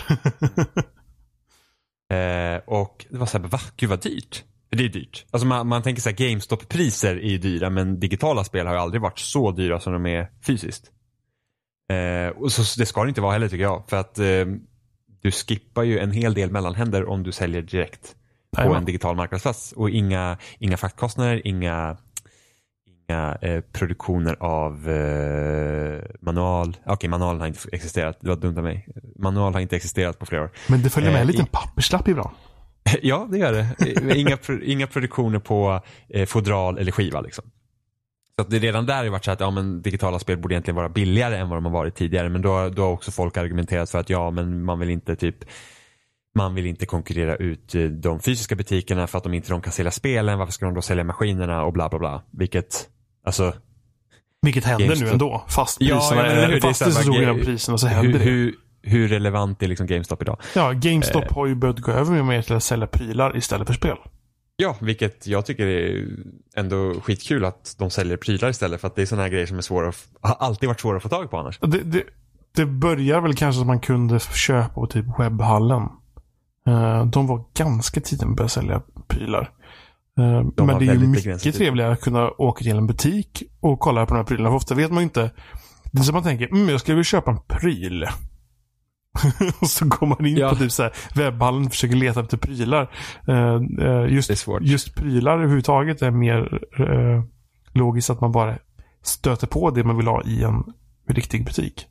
eh, och det var så här, va? Gud vad dyrt. Det är dyrt. Alltså man, man tänker så här, GameStop-priser är ju dyra, men digitala spel har ju aldrig varit så dyra som de är fysiskt. Eh, och så det ska det inte vara heller tycker jag. För att eh, du skippar ju en hel del mellanhänder om du säljer direkt på en digital marknadsplats. Och inga, inga fraktkostnader, inga, inga eh, produktioner av eh, manual. Okej, okay, manualen har inte existerat. Det var dumt av mig. Manual har inte existerat på flera år. Men det följer med eh, en liten i... papperslapp ibland. Ja, det gör det. Inga, inga produktioner på eh, fodral eller skiva liksom. Så att det redan där har varit så att ja, men digitala spel borde egentligen vara billigare än vad de har varit tidigare. Men då, då har också folk argumenterat för att ja, men man vill inte typ man vill inte konkurrera ut de fysiska butikerna för att de inte de kan sälja spelen. Varför ska de då sälja maskinerna och bla bla bla. Vilket, alltså... Vilket händer GameStop nu ändå. Fast priserna, ja, är, fast det är så stora priserna så händer hur, det. Hur, hur relevant är liksom GameStop idag? Ja, GameStop eh. har ju börjat gå över mer till att sälja prylar istället för spel. Ja, vilket jag tycker är ändå skitkul att de säljer prylar istället, för att det är såna här grejer som är svåra att, har alltid varit svåra att få tag på annars. Det, det, det börjar väl kanske som man kunde köpa på typ webbhallen. De var ganska tidigt med att börja sälja prylar. De Men det är ju mycket trevligare att kunna åka till en butik och kolla på de här prylarna. För ofta vet man ju inte. Det är som man tänker, mm, jag skulle vilja köpa en pryl. Och så går man in ja. på typ så här webbhallen och försöker leta efter prylar. Just, just prylar överhuvudtaget är mer uh, logiskt att man bara stöter på det man vill ha i en riktig butik.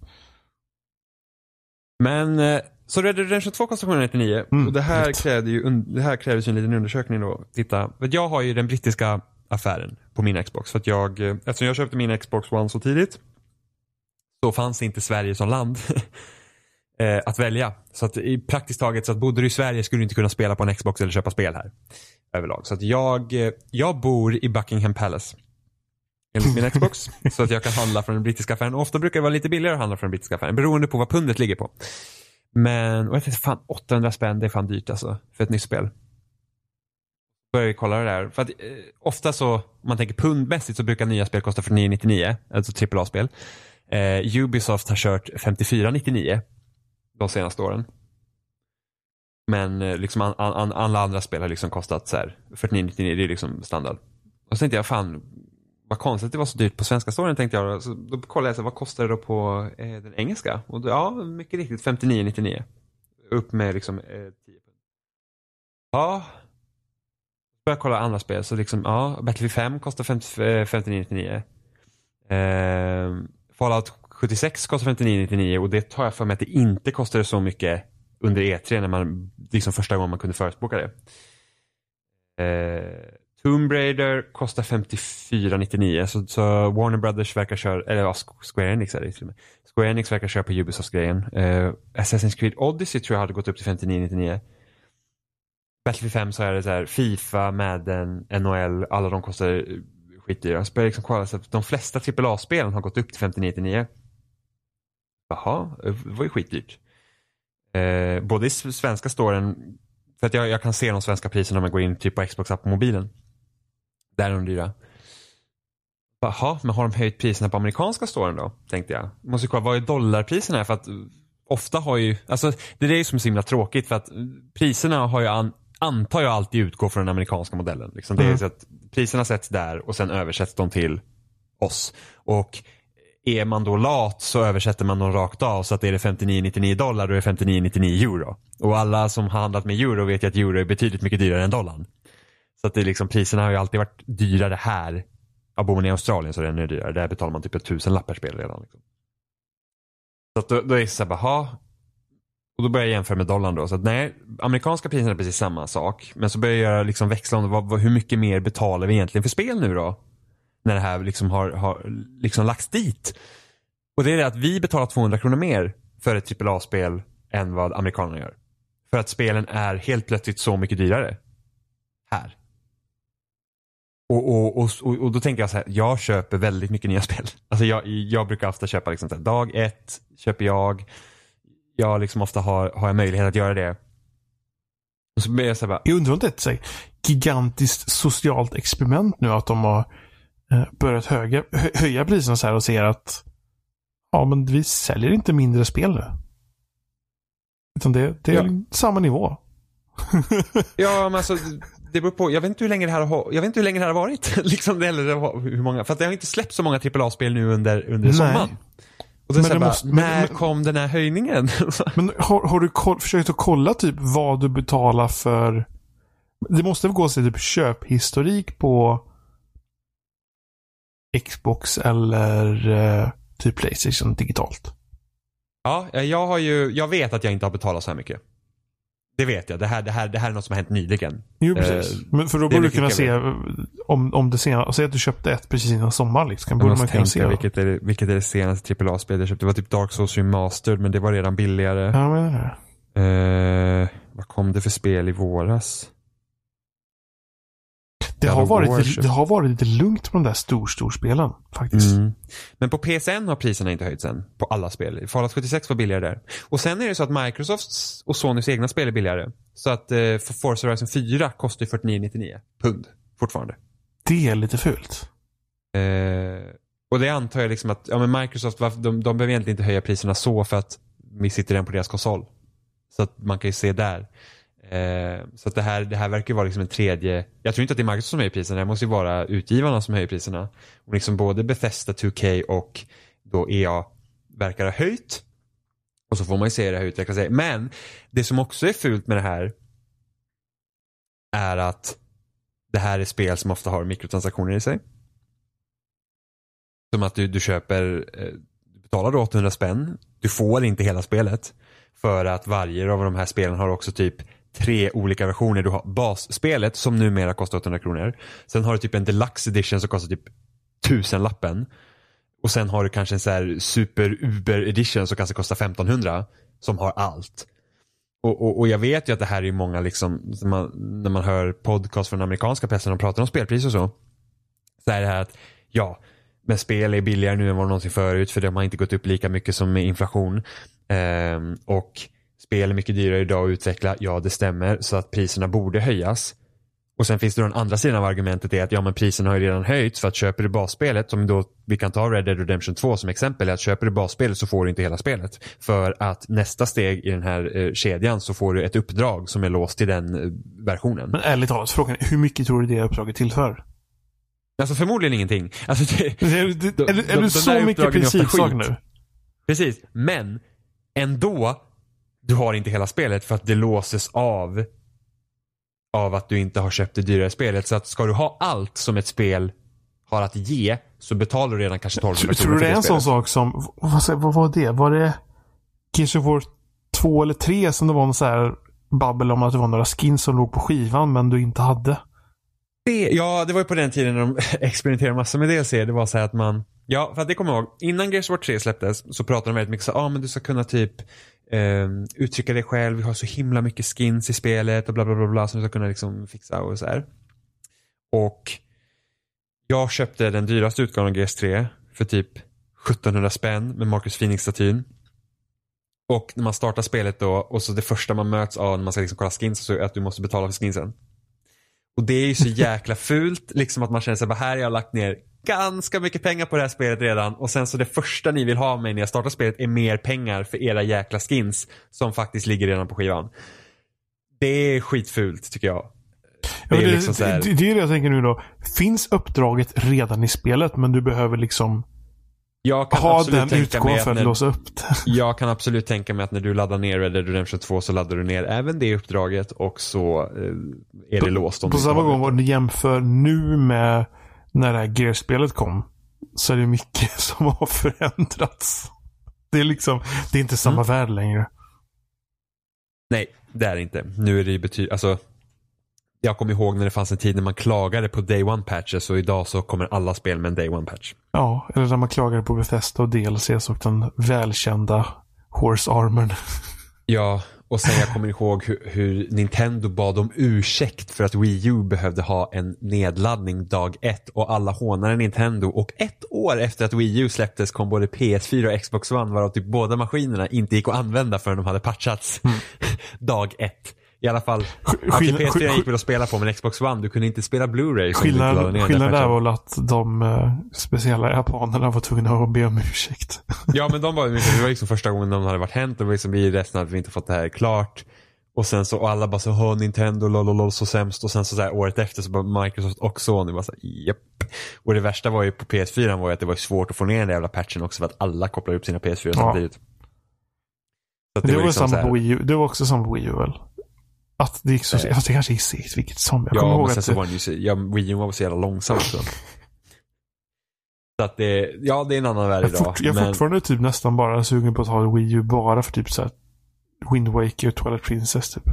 Men så Red Dead Redemption två kostar sjuhundranittionio mm, och det här krävde ju det här krävs ju en liten undersökning då. Titta, för jag har ju den brittiska affären på min Xbox, för att jag eftersom jag köpte min Xbox One så tidigt så fanns inte Sverige som land eh, att välja. Så att i praktiskt taget så att bodde du i Sverige skulle du inte kunna spela på en Xbox eller köpa spel här överlag. Så att jag jag bor i Buckingham Palace enligt min Xbox så att jag kan handla från den brittiska affären. Och ofta brukar det vara lite billigare att handla från den brittiska affären beroende på vad pundet ligger på. Men och jag tänkte, fan, åttahundra spänn, det är fan dyrt alltså för ett nytt spel. Börjar vi kolla det där. För att eh, ofta så, om man tänker pundmässigt, så brukar nya spel kosta fyrtionio nittionio, alltså trippel A-spel. Eh, Ubisoft har kört femtiofyra nittionio de senaste åren. Men eh, liksom an, an, alla andra spel har liksom kostat så här fyrtionio nittionio, det är liksom standard. Och så tänkte jag, fan, vad konstigt det var så dyrt på svenska storyn, tänkte jag. Så då kollade jag så, vad kostar det då på eh, den engelska? Och då, ja, mycket riktigt femtionio nittionio. Upp med liksom eh, tio pund. Ja. Så började jag kolla andra spel, så liksom, ja, Battlefield fem kostar femtionio nittionio. Eh, Fallout sjuttiosex kostar femtionio nittionio, och det tar jag för mig att det inte kostade så mycket under E tre när man, liksom första gången man kunde förespråka det. Eh, Tomb Raider kostar femtiofyra nittionio, så, så Warner Brothers verkar köra, eller ja, Square Enix är det till och med. Square Enix verkar köra på Ubisofts-grejen. Uh, Assassin's Creed Odyssey tror jag hade gått upp till femtionio nittionio. Battlefield fem så är det så här, FIFA, Madden, N H L, alla de kostar skitdyra. Så börjar liksom kolla så att de flesta trippel A-spelen har gått upp till femtionio nittionio. Jaha, det var ju skitdyrt. Uh, både i svenska storen, för att jag, jag kan se de svenska priserna om jag går in typ på Xbox app på mobilen. Där är de dyra. Jaha, men har de höjt priserna på amerikanska storen då? Tänkte jag. Måste kolla, vad är dollarpriserna här? För att ofta har ju, alltså det är ju som så himla tråkigt, för att priserna har ju an, antar jag alltid utgår från den amerikanska modellen. Liksom. Det är mm. så att priserna sätts där och sen översätts de till oss. Och är man då lat så översätter man dem rakt av, så att det är femtionio nittionio dollar och det är femtionio nittionio euro. Och alla som har handlat med euro vet ju att euro är betydligt mycket dyrare än dollarn. Så att det är liksom, priserna har ju alltid varit dyrare här. Ja, bor man i Australien så är det ännu dyrare. Där betalar man typ ett tusen lappar spel redan. Liksom. Så att då, då är det så här, ha. Och då börjar jag jämföra med dollarn då. Så att nej, amerikanska priserna är precis samma sak. Men så börjar jag göra liksom växla om vad, vad, hur mycket mer betalar vi egentligen för spel nu då? När det här liksom har, har liksom lagts dit. Och det är det att vi betalar tvåhundra kronor mer för ett trippel A-spel än vad amerikanerna gör. För att spelen är helt plötsligt så mycket dyrare här. Och, och, och, och, och då tänker jag så här, jag köper väldigt mycket nya spel. Alltså jag, jag brukar ofta köpa liksom så här, dag ett köper jag. Jag liksom ofta har, har jag möjlighet att göra det. Och så blir jag så här bara, jag undrar inte ett gigantiskt socialt experiment nu att de har eh, börjat höga, hö, höja priserna så här och ser att ja, men vi säljer inte mindre spel nu. Utan det, det är ja. samma nivå. Ja, men alltså det beror på, jag vet inte hur länge det här har, jag vet inte hur länge det här har varit liksom det, eller hur många, för att det har inte släppt så många trippel A-spel nu under under sommaren. Och då men bara, måste, när men, kom den här höjningen? Men har, har du koll, försökt att kolla typ vad du betalar för? Det måste väl gå att se typ köphistorik på Xbox eller uh, typ PlayStation digitalt. Ja, jag har ju, jag vet att jag inte har betalat så här mycket. Det vet jag. Det här, det här, det här är något som har hänt nyligen. Jo, precis. Uh, Men för då borde du kunna se om, om det senaste, säg att du köpte ett precis innan sommar liksom. Borde man kunna se vilket är, vilket är det senaste trippel A-spel jag köpte. Det var typ Dark Souls Remastered, men det var redan billigare. Ja, men det. Uh, vad kom det för spel i våras? Det har, varit lite, det har varit lite lugnt med de där stor, storspelen faktiskt. Mm. Men på P C N har priserna inte höjts än på alla spel. Fallout sjuttiosex var billigare där. Och sen är det så att Microsofts och Sonys egna spel är billigare. Så att eh, Forza Horizon fyra kostar fyrtionio nittionio pund fortfarande. Det är lite fult. Eh, och det antar jag liksom att ja, men Microsoft, de, de behöver egentligen inte höja priserna så för att vi sitter redan på deras konsol. Så att man kan ju se där. Eh, så att det här, det här verkar ju vara liksom en tredje. Jag tror inte att det är Microsoft som höjer priserna. Det måste ju vara utgivarna som höjer priserna. Och liksom både Bethesda två K och då E A verkar ha höjt. Och så får man ju se det här utveckla sig. Men det som också är fult med det här är att det här är spel som ofta har mikrotransaktioner i sig. Som att du, du köper, du betalar då åttahundra spänn. Du får inte hela spelet. För att varje av de här spelen har också typ tre olika versioner. Du har basspelet som numera kostar åttahundra kronor. Sen har du typ en deluxe edition som kostar typ tusen lappen. Och sen har du kanske en så här super uber edition som kanske kostar femtonhundra. Som har allt. Och, och, och jag vet ju att det här är många liksom, när man, när man hör podcast från amerikanska pressen och pratar om spelpris och så. Så är det här att ja, men spel är billigare nu än vad någonsin förut. För de har inte gått upp lika mycket som med inflation. Um, och spel är mycket dyrare idag att utveckla. Ja, det stämmer. Så att priserna borde höjas. Och sen finns det den andra sidan av argumentet är att ja, men priserna har ju redan höjts. För att köper du basspelet, som då vi kan ta Red Dead Redemption två som exempel, är att köper du basspelet så får du inte hela spelet. För att nästa steg i den här eh, kedjan så får du ett uppdrag som är låst till den eh, versionen. Men ärligt talat, frågan är hur mycket tror du det uppdraget tillför? Alltså förmodligen ingenting. Alltså, det, är det, de, är det, är det så mycket principsak nu? Precis, men ändå du har inte hela spelet för att det låses av av att du inte har köpt det dyrare spelet. Så att ska du ha allt som ett spel har att ge så betalar du redan kanske tolvhundra kronor. Tror du det är en sån sak som vad, vad var det? Var det Gears of War två eller tre som det var en så här babbel om att det var några skins som låg på skivan men du inte hade? Det, ja, det var ju på den tiden när de experimenterade massor med D L C. Det var så här att man ja, för att det kommer jag ihåg. Innan Gears of War tre släpptes så pratade de väldigt mycket så ja, ah, men du ska kunna typ eh, uttrycka dig själv. Vi har så himla mycket skins i spelet och bla bla bla bla som du ska kunna liksom fixa och så här. Och jag köpte den dyraste utgåvan av Gears tre för typ sjuttonhundra spänn med Marcus Phoenix-statyn. Och när man startar spelet då och så det första man möts av när man ska liksom kolla skins så är att du måste betala för skinsen. Och det är ju så jäkla fult liksom att man känner sig bara här har jag lagt ner ganska mycket pengar på det här spelet redan och sen så det första ni vill ha av mig när jag startar spelet är mer pengar för era jäkla skins som faktiskt ligger redan på skivan. Det är skitfult tycker jag. Det, ja, är, det, liksom så här... det, det är det jag tänker nu då. Finns uppdraget redan i spelet men du behöver liksom jag kan ha absolut den utgång för att när, låsa upp det. Jag kan absolut tänka mig att när du laddar ner Red Dead Redemption två så laddar du ner även det uppdraget och så eh, är det låst. Om på samma gång vad du jämför nu med när det här Gears-spelet kom så är det mycket som har förändrats. Det är liksom, det är inte samma mm. värld längre. Nej, det är det inte. Nu är det ju bety- alltså jag kommer ihåg när det fanns en tid när man klagade på Day One patches och idag så kommer alla spel med en Day One patch. Ja, eller när man klagade på Bethesda och D L C och den välkända Horse Armorn. Ja, och sen jag kommer ihåg hur, hur Nintendo bad om ursäkt för att Wii U behövde ha en nedladdning dag ett och alla hånade Nintendo och ett år efter att Wii U släpptes kom både P S fyra och Xbox One varav typ båda maskinerna inte gick att använda förrän de hade patchats mm. dag ett. I alla fall, Skill- P S fyra gick väl att spela på men Xbox One, du kunde inte spela Blu-ray. Skillnaden skillnad där var att de uh, speciella japanerna var tvungna att be om ursäkt. Ja, men de var, det var liksom första gången de hade varit hänt och liksom vi resten hade vi inte fått det här klart. Och sen så, och alla bara så, hör Nintendo, lololol, så sämst. Och sen så, så här, året efter så bara Microsoft och Sony bara så här, japp. Och det värsta var ju på P S fyra var ju att det var svårt att få ner den jävla patchen också för att alla kopplar upp sina P S fyra samtidigt. Så det, det var, var liksom samma på Wii U. Det var också samma på Wii U väl? Att det gick så, äh. fast det kanske är segt vilket som. Jag ja, kommer ihåg men sen att så var det ju, ja, Wii U var så jävla långsamt så. Så att det, ja det är en annan värld jag idag. Fort, jag är men... fortfarande typ nästan bara sugen på att ha Wii U bara för typ så här Wind Waker och Twilight Princess typ.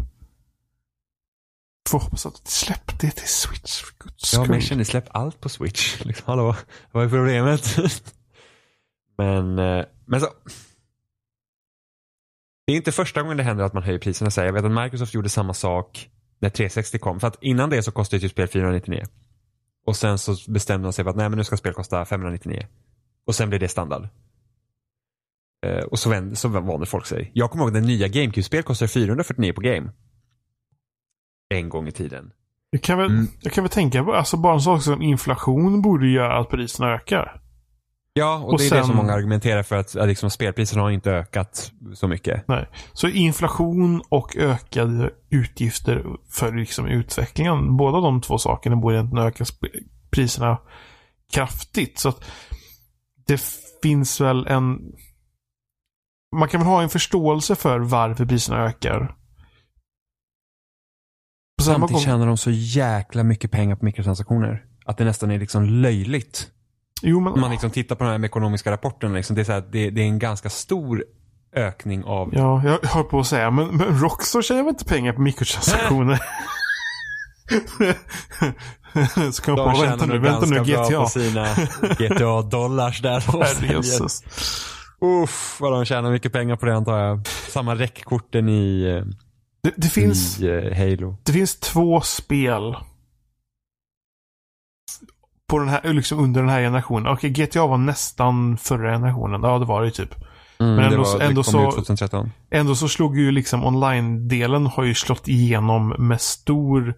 Får hoppas att släpp det till Switch för guds skull. Ja, men jag känner släpp allt på Switch. Liksom, hallå, vad är problemet? men, men så Det är inte första gången det händer att man höjer priserna. Så jag vet att Microsoft gjorde samma sak när trehundrasextio kom. För att innan det så kostade ju spel fyrahundranittionio. Och sen så bestämde de sig för att nej, men nu ska spel kosta femhundranittionio. Och sen blev det standard. Uh, och så, vänd, så vande folk sig. Jag kommer ihåg att den nya GameCube-spel kostar fyrahundrafyrtionio på Game. En gång i tiden. Jag kan väl, mm. jag kan väl tänka på, alltså bara en sak som inflation borde göra att priserna ökar. Ja, och, och det är sen, det som många argumenterar för att, att liksom, spelpriserna har inte ökat så mycket. Nej, så inflation och ökade utgifter för liksom utvecklingen, båda de två sakerna borde egentligen öka sp- priserna kraftigt. Så att det finns väl en... Man kan väl ha en förståelse för varför priserna ökar. Samtidigt gång... tjänar de så jäkla mycket pengar på mikrotransaktioner. Att det nästan är liksom löjligt. Jo, men... Om man liksom tittar på de här ekonomiska rapporterna. Liksom, det, är så här, det, det är en ganska stor ökning av... Ja, jag har på att säga. Men, men Rockstar tjänar inte pengar på mikrotransaktioner. Så kan de på, vänta nu, vänta nu, G T A. På sina G T A-dollars där. Herrejösses. Uff, vad de tjänar mycket pengar på det, antar jag. Samma räckkorten i, det, det finns, i uh, Halo. Det finns två spel på den här, liksom under den här generationen. Okej, G T A var nästan förra generationen. Ja, det var det typ. Mm, Men ändå, det var, det ändå, så, tjugohundratretton. ändå så slog ju liksom online-delen har ju slått igenom med stor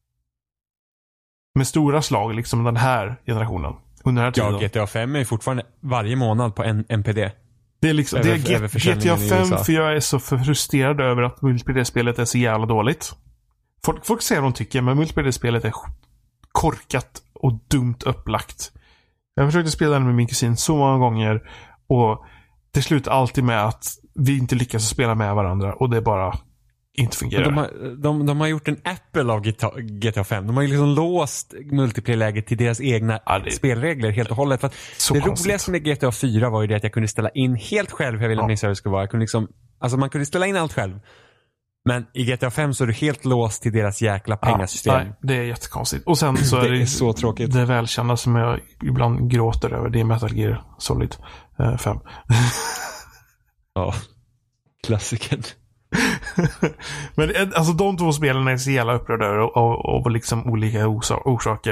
med stora slag liksom den här generationen. Under den här tiden. Ja, G T A fem är fortfarande varje månad på en N P D. Det är liksom över, det är G- G T A fem, för jag är så frustrerad över att multiplayer-spelet är så jävla dåligt. Folk, folk säger vad de tycker, men multiplayer-spelet är korkat och dumt upplagt. Jag försökte spela den med min kusin så många gånger och det slutar alltid med att vi inte lyckas spela med varandra och det bara inte fungerar. De har, de, de har gjort en Apple av G T A fem. De har ju liksom låst multiplayer-läget till deras egna ja, det, spelregler helt och hållet. För att det konstigt. Roligaste med G T A fyra var ju det att jag kunde ställa in helt själv hur jag ville att min server skulle vara. Jag kunde liksom, alltså man kunde ställa in allt själv. Men i G T A fem så är du helt låst till deras jäkla pengasystem. Ja, nej, det är jättekonstigt. Och sen så är det, det är så tråkigt. Det välkända som jag ibland gråter över, det är Metal Gear Solid fem. Ja, klassiken. Men alltså de två spelen är så jävla upprörda över av, av, av liksom olika orsa- orsaker.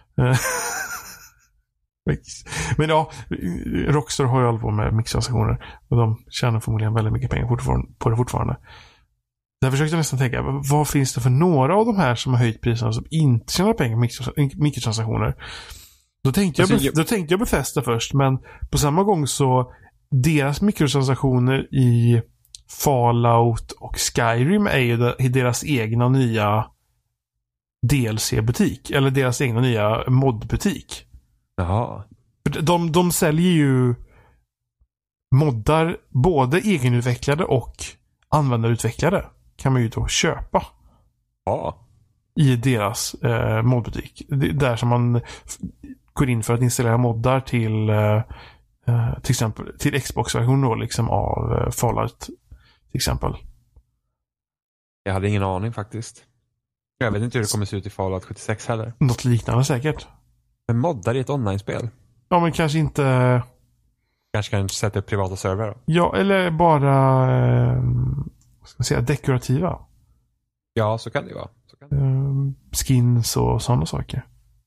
Men ja, Rockstar har ju hållit på med mixtransaktioner och de tjänar förmodligen väldigt mycket pengar på det fortfarande. Där försökte jag nästan tänka, vad finns det för några av de här som har höjt priserna som inte tjänar pengar på mikrotransaktioner? Då tänkte, jag, alltså, då tänkte jag Bethesda först, men på samma gång så deras mikrotransaktioner i Fallout och Skyrim är ju deras egna nya D L C-butik. Eller deras egna nya modbutik. Jaha. De, de säljer ju moddar, både egenutvecklade och användarutvecklade. Kan man ju då köpa. Ja. I deras eh, modbutik. Där som man f- går in för att installera moddar till eh, till exempel till Xbox-versionen då, liksom av eh, Fallout till exempel. Jag hade ingen aning faktiskt. Jag vet inte hur det kommer se ut i Fallout sjuttiosex heller. Något liknande säkert. Men moddar i ett online-spel? Ja, men kanske inte... Kanske kan sätta upp privata server då? Ja, eller bara eh, vad ska man säga, dekorativa. Ja, så kan det vara. Så kan det. Eh, skins och sådana saker.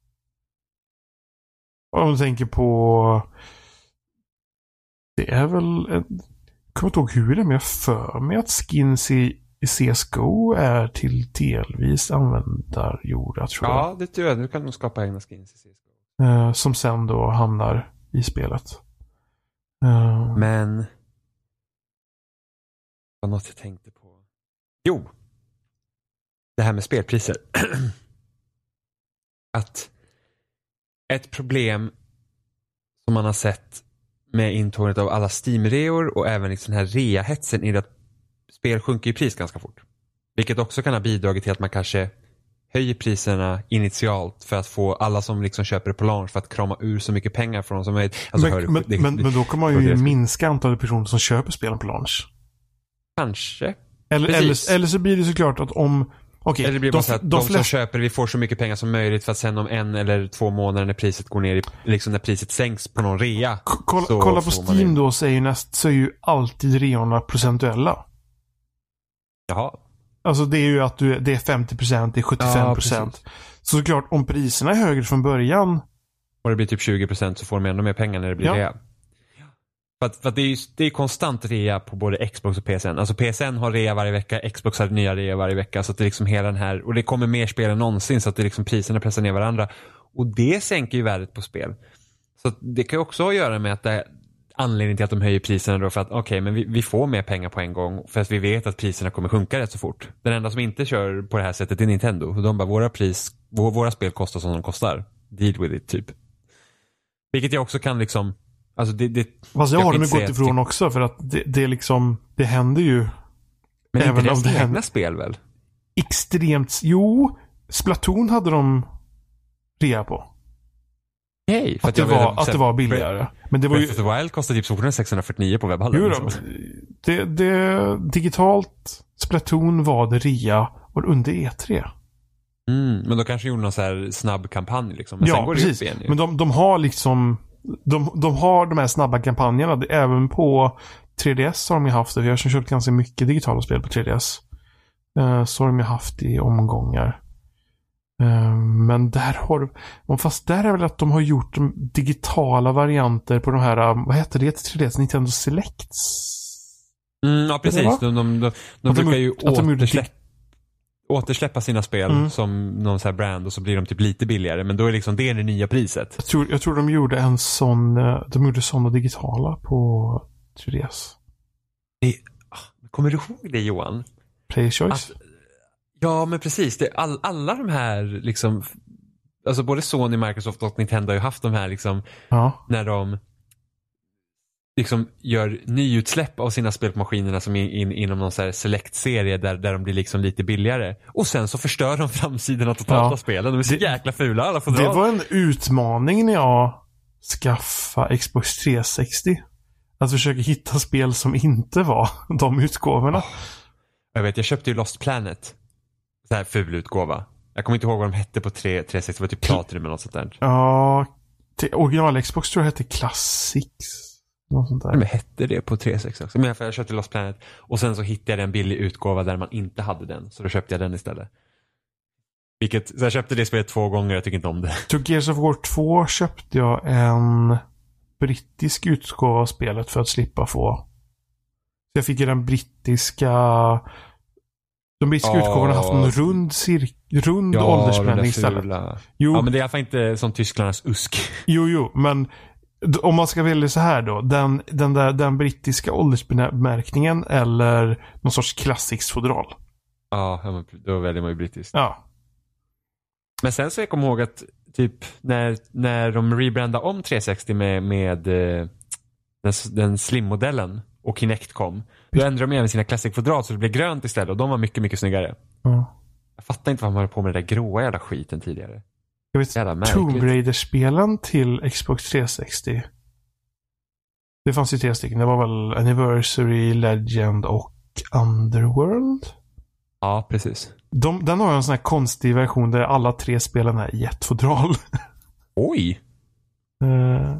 Om du tänker på... Det är väl... En, jag kommer inte ihåg hur det är, men jag för mig att skins i, i C S G O är till delvis användargjorda, tror jag. Ja, det tror jag. Du kan nog skapa egna skins i C S G O. Eh, som sen då hamnar i spelet. Uh. Men vad något jag tänkte på. Jo. Det här med spelpriser. Att ett problem som man har sett med intåget av alla Steam-reor och även liksom den här rea-hetsen är att spel sjunker i pris ganska fort. Vilket också kan ha bidragit till att man kanske höjer priserna initialt för att få alla som liksom köper det på launch för att krama ur så mycket pengar från dem som möjligt. Alltså, men, hör, men, det, men, det, men då kommer man ju minska antalet personer som köper spelen på launch. Kanske. Eller, eller, eller så blir det såklart att om... Okay, eller det blir de, bara så att de, de flest... som köper, vi får så mycket pengar som möjligt för att sen om en eller två månader när priset går ner, i, liksom när priset sänks på någon rea. K- kolla, kolla på Steam då, så är, ju näst, så är ju alltid reorna procentuella. Jaha. Alltså det är ju att du, det är femtio procent, det är sjuttiofem procent. Ja, så såklart, om priserna är högre från början. Och det blir typ tjugo procent så får de ännu mer pengar när det blir ja. rea. För att, för att det, är ju, det är konstant rea på både Xbox och P S N. Alltså P S N har rea varje vecka, Xbox har nya rea varje vecka. Så att det är liksom hela den här, och det kommer mer spel än någonsin så att det liksom priserna pressar ner varandra. Och det sänker ju värdet på spel. Så det kan ju också göra med att det anledningen till att de höjer priserna då för att okej, okay, men vi, vi får mer pengar på en gång för att vi vet att priserna kommer sjunka rätt så fort. Den enda som inte kör på det här sättet är Nintendo. De bara, våra pris, vår, våra spel kostar som de kostar. Deal with it, typ. Vilket jag också kan liksom, alltså det, det fast jag, jag har det med gått ifrån ty- också för att det, det är liksom, det händer ju. Men även inte om det egna händer spel väl? Extremt, jo, Splatoon hade de rea på. Nej, för att, att, det var, att det var billigare. Men det var ju... Breath of the Wild kostade typ sexhundrafyrtionio på webbhallen. Jo då, det, det, digitalt Splatoon var det rea och under E tre. Mm, men då kanske gjorde någon så här snabb kampanj liksom. Men ja, sen går precis. Det upp igen, men de, de har liksom de, de har de här snabba kampanjerna. Även på tre D S har de ju haft det. Vi har köpt ganska mycket digitala spel på tre D S. Uh, så har de ju haft i omgångar. Uh, men där har de, fast där är väl att de har gjort de digitala varianter på de här, uh, vad heter det till tre D S? Nintendo Selects? Mm, ja, precis. De, de, de, de brukar ju återsläppa, återsläppa sina spel mm. som någon så här brand och så blir de typ lite billigare. Men då är liksom det det nya priset. Jag tror, jag tror de gjorde en sån, de gjorde såna digitala på tre D S. Det, kommer du ihåg det, Johan? Play Choice? Att, ja, men precis. Det, all, alla de här liksom, alltså både Sony, Microsoft och Nintendo har ju haft de här liksom, ja. när de liksom gör nyutsläpp av sina spel på maskinerna som är in, inom någon så här select-serie där, där de blir liksom lite billigare. Och sen så förstör de framsidan totalt av ja. spelen. De är så det, jäkla fula, alla får dra. Det var en utmaning när jag skaffade Xbox trehundrasextio. Att försöka hitta spel som inte var de utgåvorna. Oh. Jag vet, jag köpte ju Lost Planet. Så här ful utgåva. Jag kommer inte ihåg vad de hette på trehundrasextio. Det var typ Platinum eller något sånt där. Ja, original Xbox tror jag hette Classics. Något sånt där. Men hette det på trehundrasextio också? Men jag köpte Lost Planet. Och sen så hittade jag en billig utgåva där man inte hade den. Så då köpte jag den istället. Vilket, så jag köpte det spelet två gånger. Jag tycker inte om det. Till Gears of War två köpte jag en brittisk utgåva av spelet för att slippa få. Så jag fick ju den brittiska. De brittiska oh. utgåvorna har haft en rund, cirk, rund ja, åldersspänning istället. Jo. Ja, men det är i alla fall inte som Tysklands usk. Jo, jo, men om man ska välja så här då. Den, den, där, den brittiska åldersmärkningen eller någon sorts klassiksfodral. Ja, då väljer man ju brittiskt. Ja. Men sen så jag kommer ihåg att typ när, när de rebrandade om trehundrasextio med, med eh, den, den slim-modellen och Kinect kom, då ändrade de även sina klassikfodral så det blev grönt istället och de var mycket, mycket snyggare. Mm. Jag fattar inte vad man höll på med det där gråa jävla skiten tidigare. Jag vet, Tomb Raider-spelen till Xbox trehundrasextio. Det fanns ju tre stycken. Det var väl Anniversary, Legend och Underworld? Ja, precis. De, den har ju en sån här konstig version där alla tre spelen är i ett fodral. Oj! uh,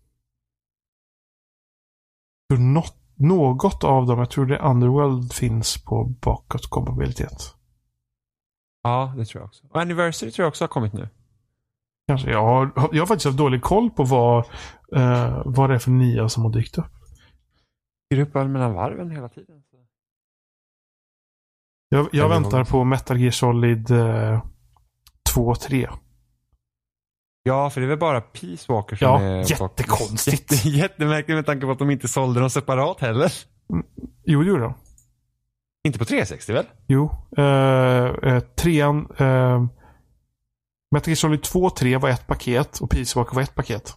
för något, något av dem, jag tror det Underworld finns på bakåtkompatibilitet. Ja, det tror jag också. Och Anniversary tror jag också har kommit nu. Kanske. Jag har, jag har faktiskt haft dålig koll på vad, uh, vad det är för nya som har dykt upp. Dyker upp mellan varven hela tiden. Så. Jag, jag väntar på Metal Gear Solid uh, två och tre. Ja, för det är väl bara Peace Walker som ja, är... jättekonstigt. Jätte, jättemärkligt med tanke på att de inte sålde dem separat heller. Mm, jo, det gjorde de. Inte på trehundrasextio väl? Jo. Uh, uh, trean... Uh, Metal Gear Solid två och tre var ett paket och Peace Walker var ett paket.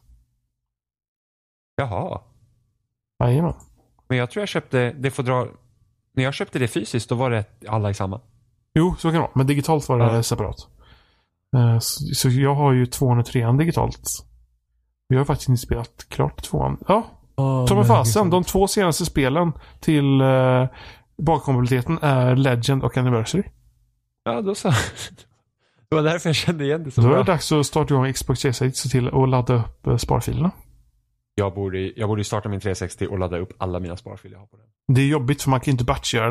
Jaha. Jajamän. Men jag tror jag köpte... Det får dra... När jag köpte det fysiskt, då var det alla i samma. Jo, så kan det vara. Men digitalt var det ja. separat. Uh, så, så jag har ju tvåan och trean digitalt. Jag har faktiskt inte spelat klart tvåan. Ja, oh, ta mig fasen. De två senaste spelen till uh, bakkompatibiliteten är Legend och Anniversary. Ja, då så. Det var därför jag kände igen det så då bra. Då är det dags att starta igång Xbox trehundrasextio till och ladda upp uh, sparfilerna. Jag borde, jag borde starta min trehundrasextio och ladda upp alla mina sparfiler jag har på den. Det är jobbigt för man kan inte batchgöra det.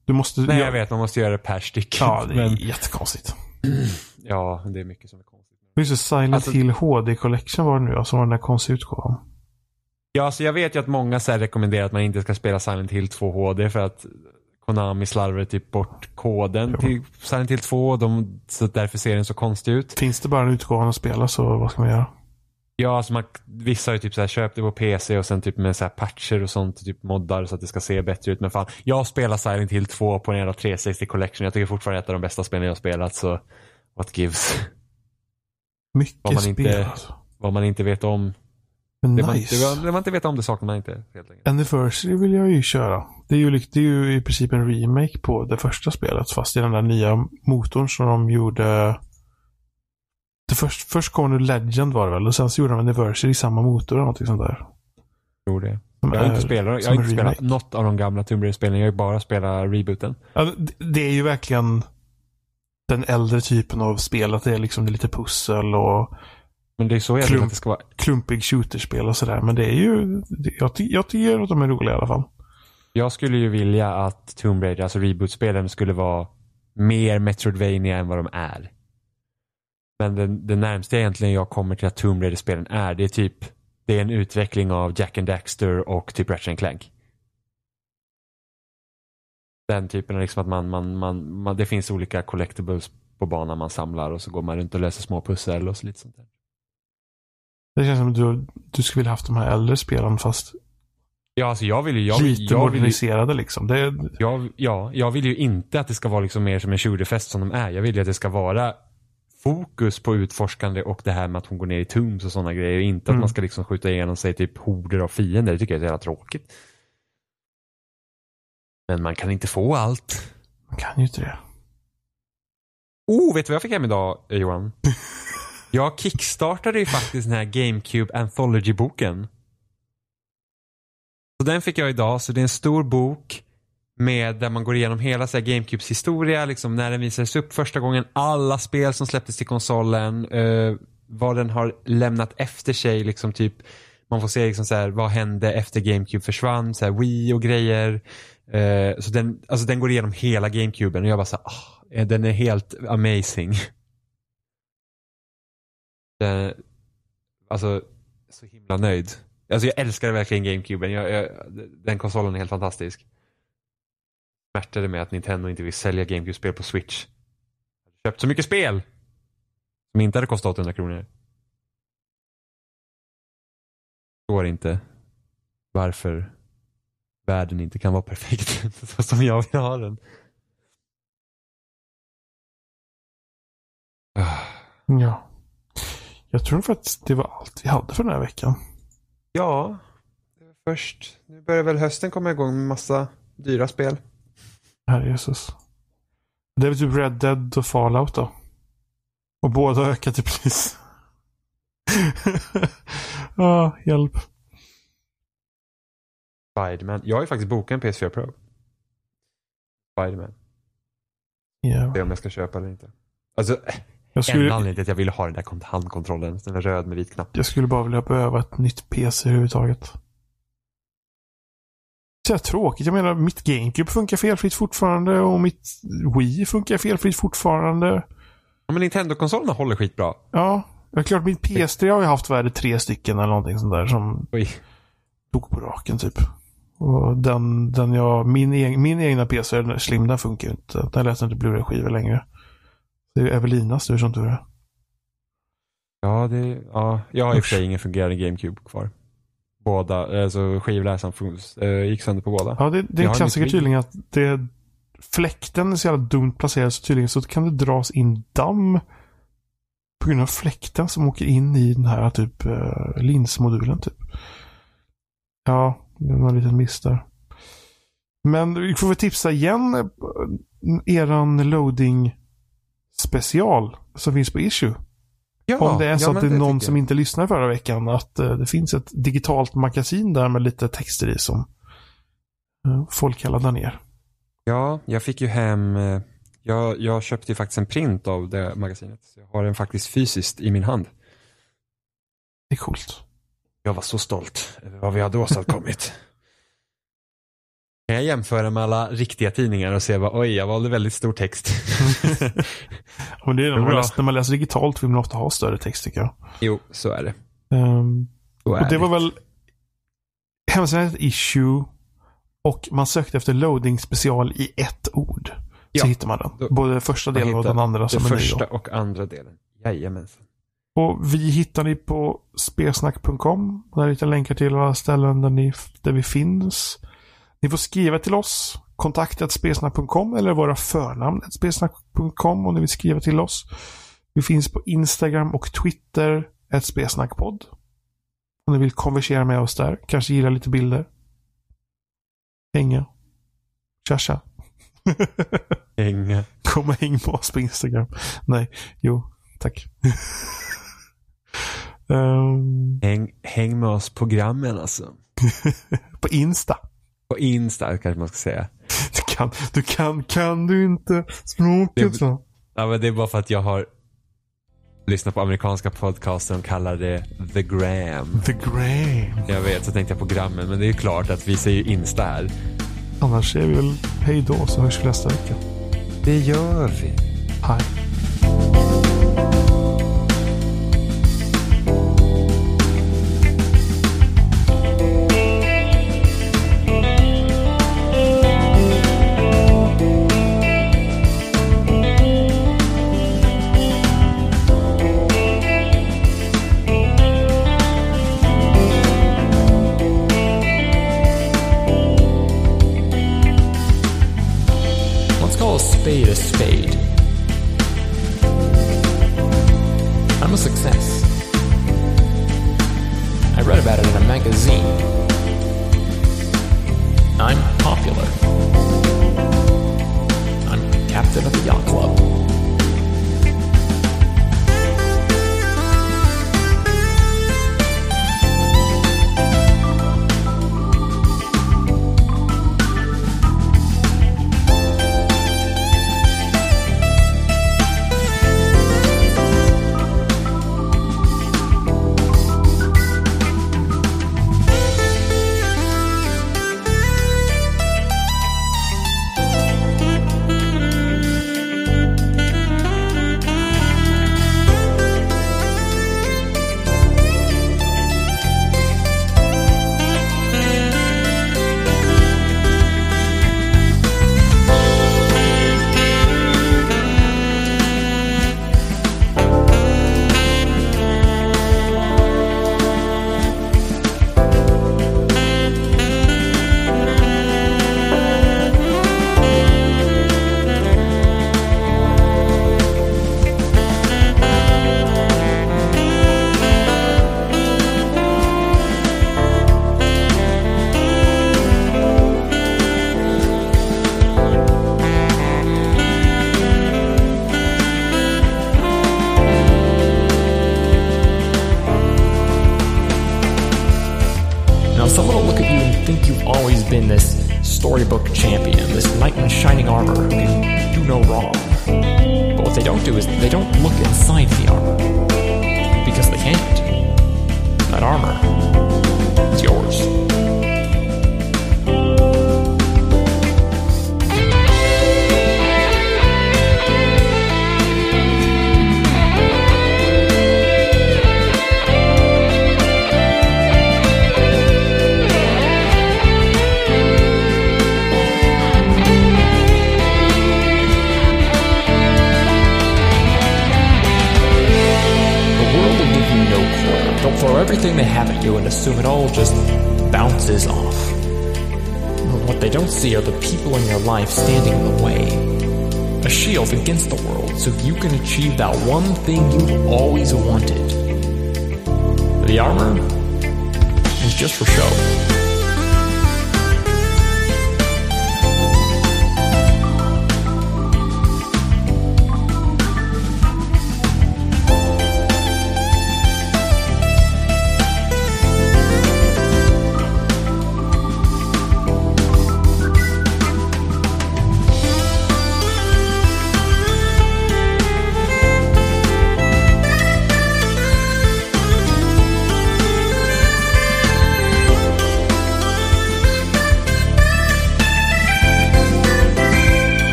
Du måste, Nej, jag, jag vet. Man måste göra det per styck. Ja, det är men, jättekonstigt. ja, det är mycket som är konstigt. Just det, Silent alltså, Hill H D Collection var det nu, alltså var den där konstiga utgåvan. Ja, så jag vet ju att många så här rekommenderar att man inte ska spela Silent Hill två H D för att Konami slarvar typ bort koden jo. till Silent Hill två. De, så därför ser den så konstig ut. Finns det bara en utgåva att spela, så vad ska man göra? Ja, alltså man, vissa har ju typ så här köpt det på P C och sen typ med så här patcher och sånt, typ moddar så att det ska se bättre ut. Men fan, jag spelar Silent Hill två på en jävla tre sextio Collection. Jag tycker fortfarande att det är de bästa spelen jag har spelat, så what gives? Mycket vad man spel. Inte, vad man inte vet om. Men det, nice. man, det, det man inte vet om, det saknar man inte. Helt enkelt. Anniversary vill jag ju köra. Det är ju, det är ju i princip en remake på det första spelet, fast i den där nya motorn som de gjorde. Det först, först kom nu Legend var det väl, och sen så gjorde de Anniversary i samma motor eller någonting sånt där. Jag tror det. Jag har inte spelat, jag har inte spelat något av de gamla Tomb Raider-spelen. Jag har ju bara spelat rebooten. Ja, det, det är ju verkligen den äldre typen av spel, att det är liksom det är lite pussel och men det är så jag klump, att det ska vara klumpig shooterspel och sådär. Men det är ju jag, jag tycker att de är roliga i alla fall. Jag skulle ju vilja att Tomb Raider, alltså reboot-spelen, skulle vara mer Metroidvania än vad de är. Men det, det närmaste egentligen jag kommer till att Tomb Raider-spelen är, det är typ det är en utveckling av Jack and Daxter och typ Ratchet and Clank. Den typen av liksom att man, man, man, man det finns olika collectibles på banan man samlar och så går man runt och löser små pussel och så lite sånt där. Det känns som att du, du skulle vilja haft de här äldre spelen fast ja, alltså jag vill ju jag, lite jag moderniserade vill, liksom. Det, jag, ja, jag vill ju inte att det ska vara liksom mer som en shooterfest som de är. Jag vill ju att det ska vara fokus på utforskande och det här med att hon går ner i tombs och sådana grejer. Inte mm. att man ska liksom skjuta igenom sig typ horder av fiender. Det tycker jag är så jävla tråkigt. Men man kan inte få allt. Man kan ju inte det. Oh, vet du vad jag fick hem idag, Johan? Jag kickstartade ju faktiskt den här GameCube Anthology-boken. Så den fick jag idag, så det är en stor bok med där man går igenom hela så här GameCubes historia, liksom när den visades upp första gången, alla spel som släpptes till konsolen, eh, vad den har lämnat efter sig, liksom typ man får se liksom så här, vad hände efter GameCube försvann, så här Wii och grejer. Eh, så den, alltså den går igenom hela GameCuben och jag bara så här, oh, den är helt amazing. Den, alltså så himla nöjd. Alltså jag älskar verkligen GameCuben. Jag, jag, den konsolen är helt fantastisk. Smärtade med att Nintendo inte vill sälja GameCube-spel på Switch. Jag har köpt så mycket spel som inte hade kostat åttahundra kronor. Förstår inte varför världen inte kan vara perfekt så som jag vill ha den. Ja. Jag tror faktiskt det var allt vi hade för den här veckan. Ja, det var först. Nu börjar väl hösten komma igång med massa dyra spel. Herre Jesus. Det är väl typ Red Dead och Fallout då. Och båda har ökat i pris. Ja, ah, hjälp. Spiderman. Jag har ju faktiskt bokat en P S fyra Pro. Spiderman. Ja. Det är om jag ska köpa eller inte. Alltså, jag skulle... en anledning till att jag ville ha den där handkontrollen. Den är röd med vit knapp. Jag skulle bara vilja behöva ett nytt P C överhuvudtaget. Så är tråkigt. Jag menar, mitt GameCube funkar felfritt fortfarande och mitt Wii funkar felfritt fortfarande. Ja, men Nintendo-konsolerna håller skitbra. Ja, det är klart. Mitt P S tre har jag haft värde tre stycken eller någonting sånt där som Oj. dog på raken typ. Och den, den jag, min, egen, min egna P C, Slim, den funkar ju inte. Den läser inte Blu-ray-skivor längre. Det är Evelinas du som tur är. Ja, det, ja, jag har i och för sig ingen fungerande GameCube kvar. Båda, alltså skivläsaren äh, gick sönder på båda. Ja, det, det är en klassiker tydligen att det, fläkten är så jävla dumt placerad så tydligen så kan det dras in damm på grund av fläkten som åker in i den här typ uh, linsmodulen typ. Ja, det var en liten miss där. Men vi får väl tipsa igen eran loading special som finns på Issue. Ja, om det är så ja, att det är någon som inte lyssnade förra veckan, att uh, det finns ett digitalt magasin där med lite texter i som uh, folk laddar ner. Ja, jag fick ju hem uh, jag, jag köpte ju faktiskt en print av det magasinet. Så jag har den faktiskt fysiskt i min hand. Det är coolt. Jag var så stolt över vad vi hade åstadkommit. Kan jag jämföra med alla riktiga tidningar och se vad, oj, jag valde väldigt stor text. Men det är när man, läser, när man läser digitalt vill man ofta ha större text, tycker jag. Jo, så är det. Um, så är och det var det. väl hemsidan issue och man sökte efter loading special i ett ord. Ja. Så hittar man den. Både första delen och den andra som är ny. Första och andra delen. Jajamensan. Och vi hittar ni på spelsnack punkt com. Där hittar länkar till alla ställen där, ni, där vi finns. Ni får skriva till oss. Kontakta spelsnack punkt com eller våra förnamn spelsnack punkt com om ni vill skriva till oss. Vi finns på Instagram och Twitter ett spelsnackpodd. Om ni vill konversera med oss där. Kanske gilla lite bilder. Hänga. Tja. Hänga. Kom och häng med oss på Instagram. Nej, jo, tack. um, häng, häng med oss programmen alltså. på Insta. På Insta kanske man ska säga. Du kan, du kan, kan du inte språket så? Ja, men det är bara för att jag har lyssnat på amerikanska podcaster och kallar det The Gram. The Gram. Jag vet, så tänkte jag på grammen, men det är klart att vi säger Insta här. Annars är vi väl hej då, så hörs vi nästa vecka. Det gör vi. Hej. Spade a spade. I'm a success. I read about it in a magazine. I'm popular. I'm captain of the yacht club. Been this storybook champion, this knight in shining armor who can do no wrong. But what they don't do is they don't look inside the armor. Because they can't. That armor is yours. Don't throw everything they have at you and assume it all just bounces off. What they don't see are the people in your life standing in the way. A shield against the world so you can achieve that one thing you've always wanted. The armor is just for show.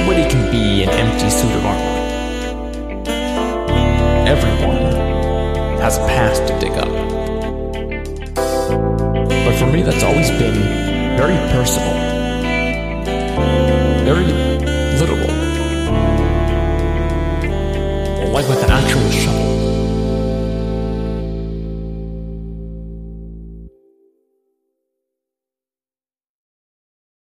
Nobody can be an empty suit of armor. Everyone has a past to dig up. But for me, that's always been very personal, very literal. Like with an actual shot.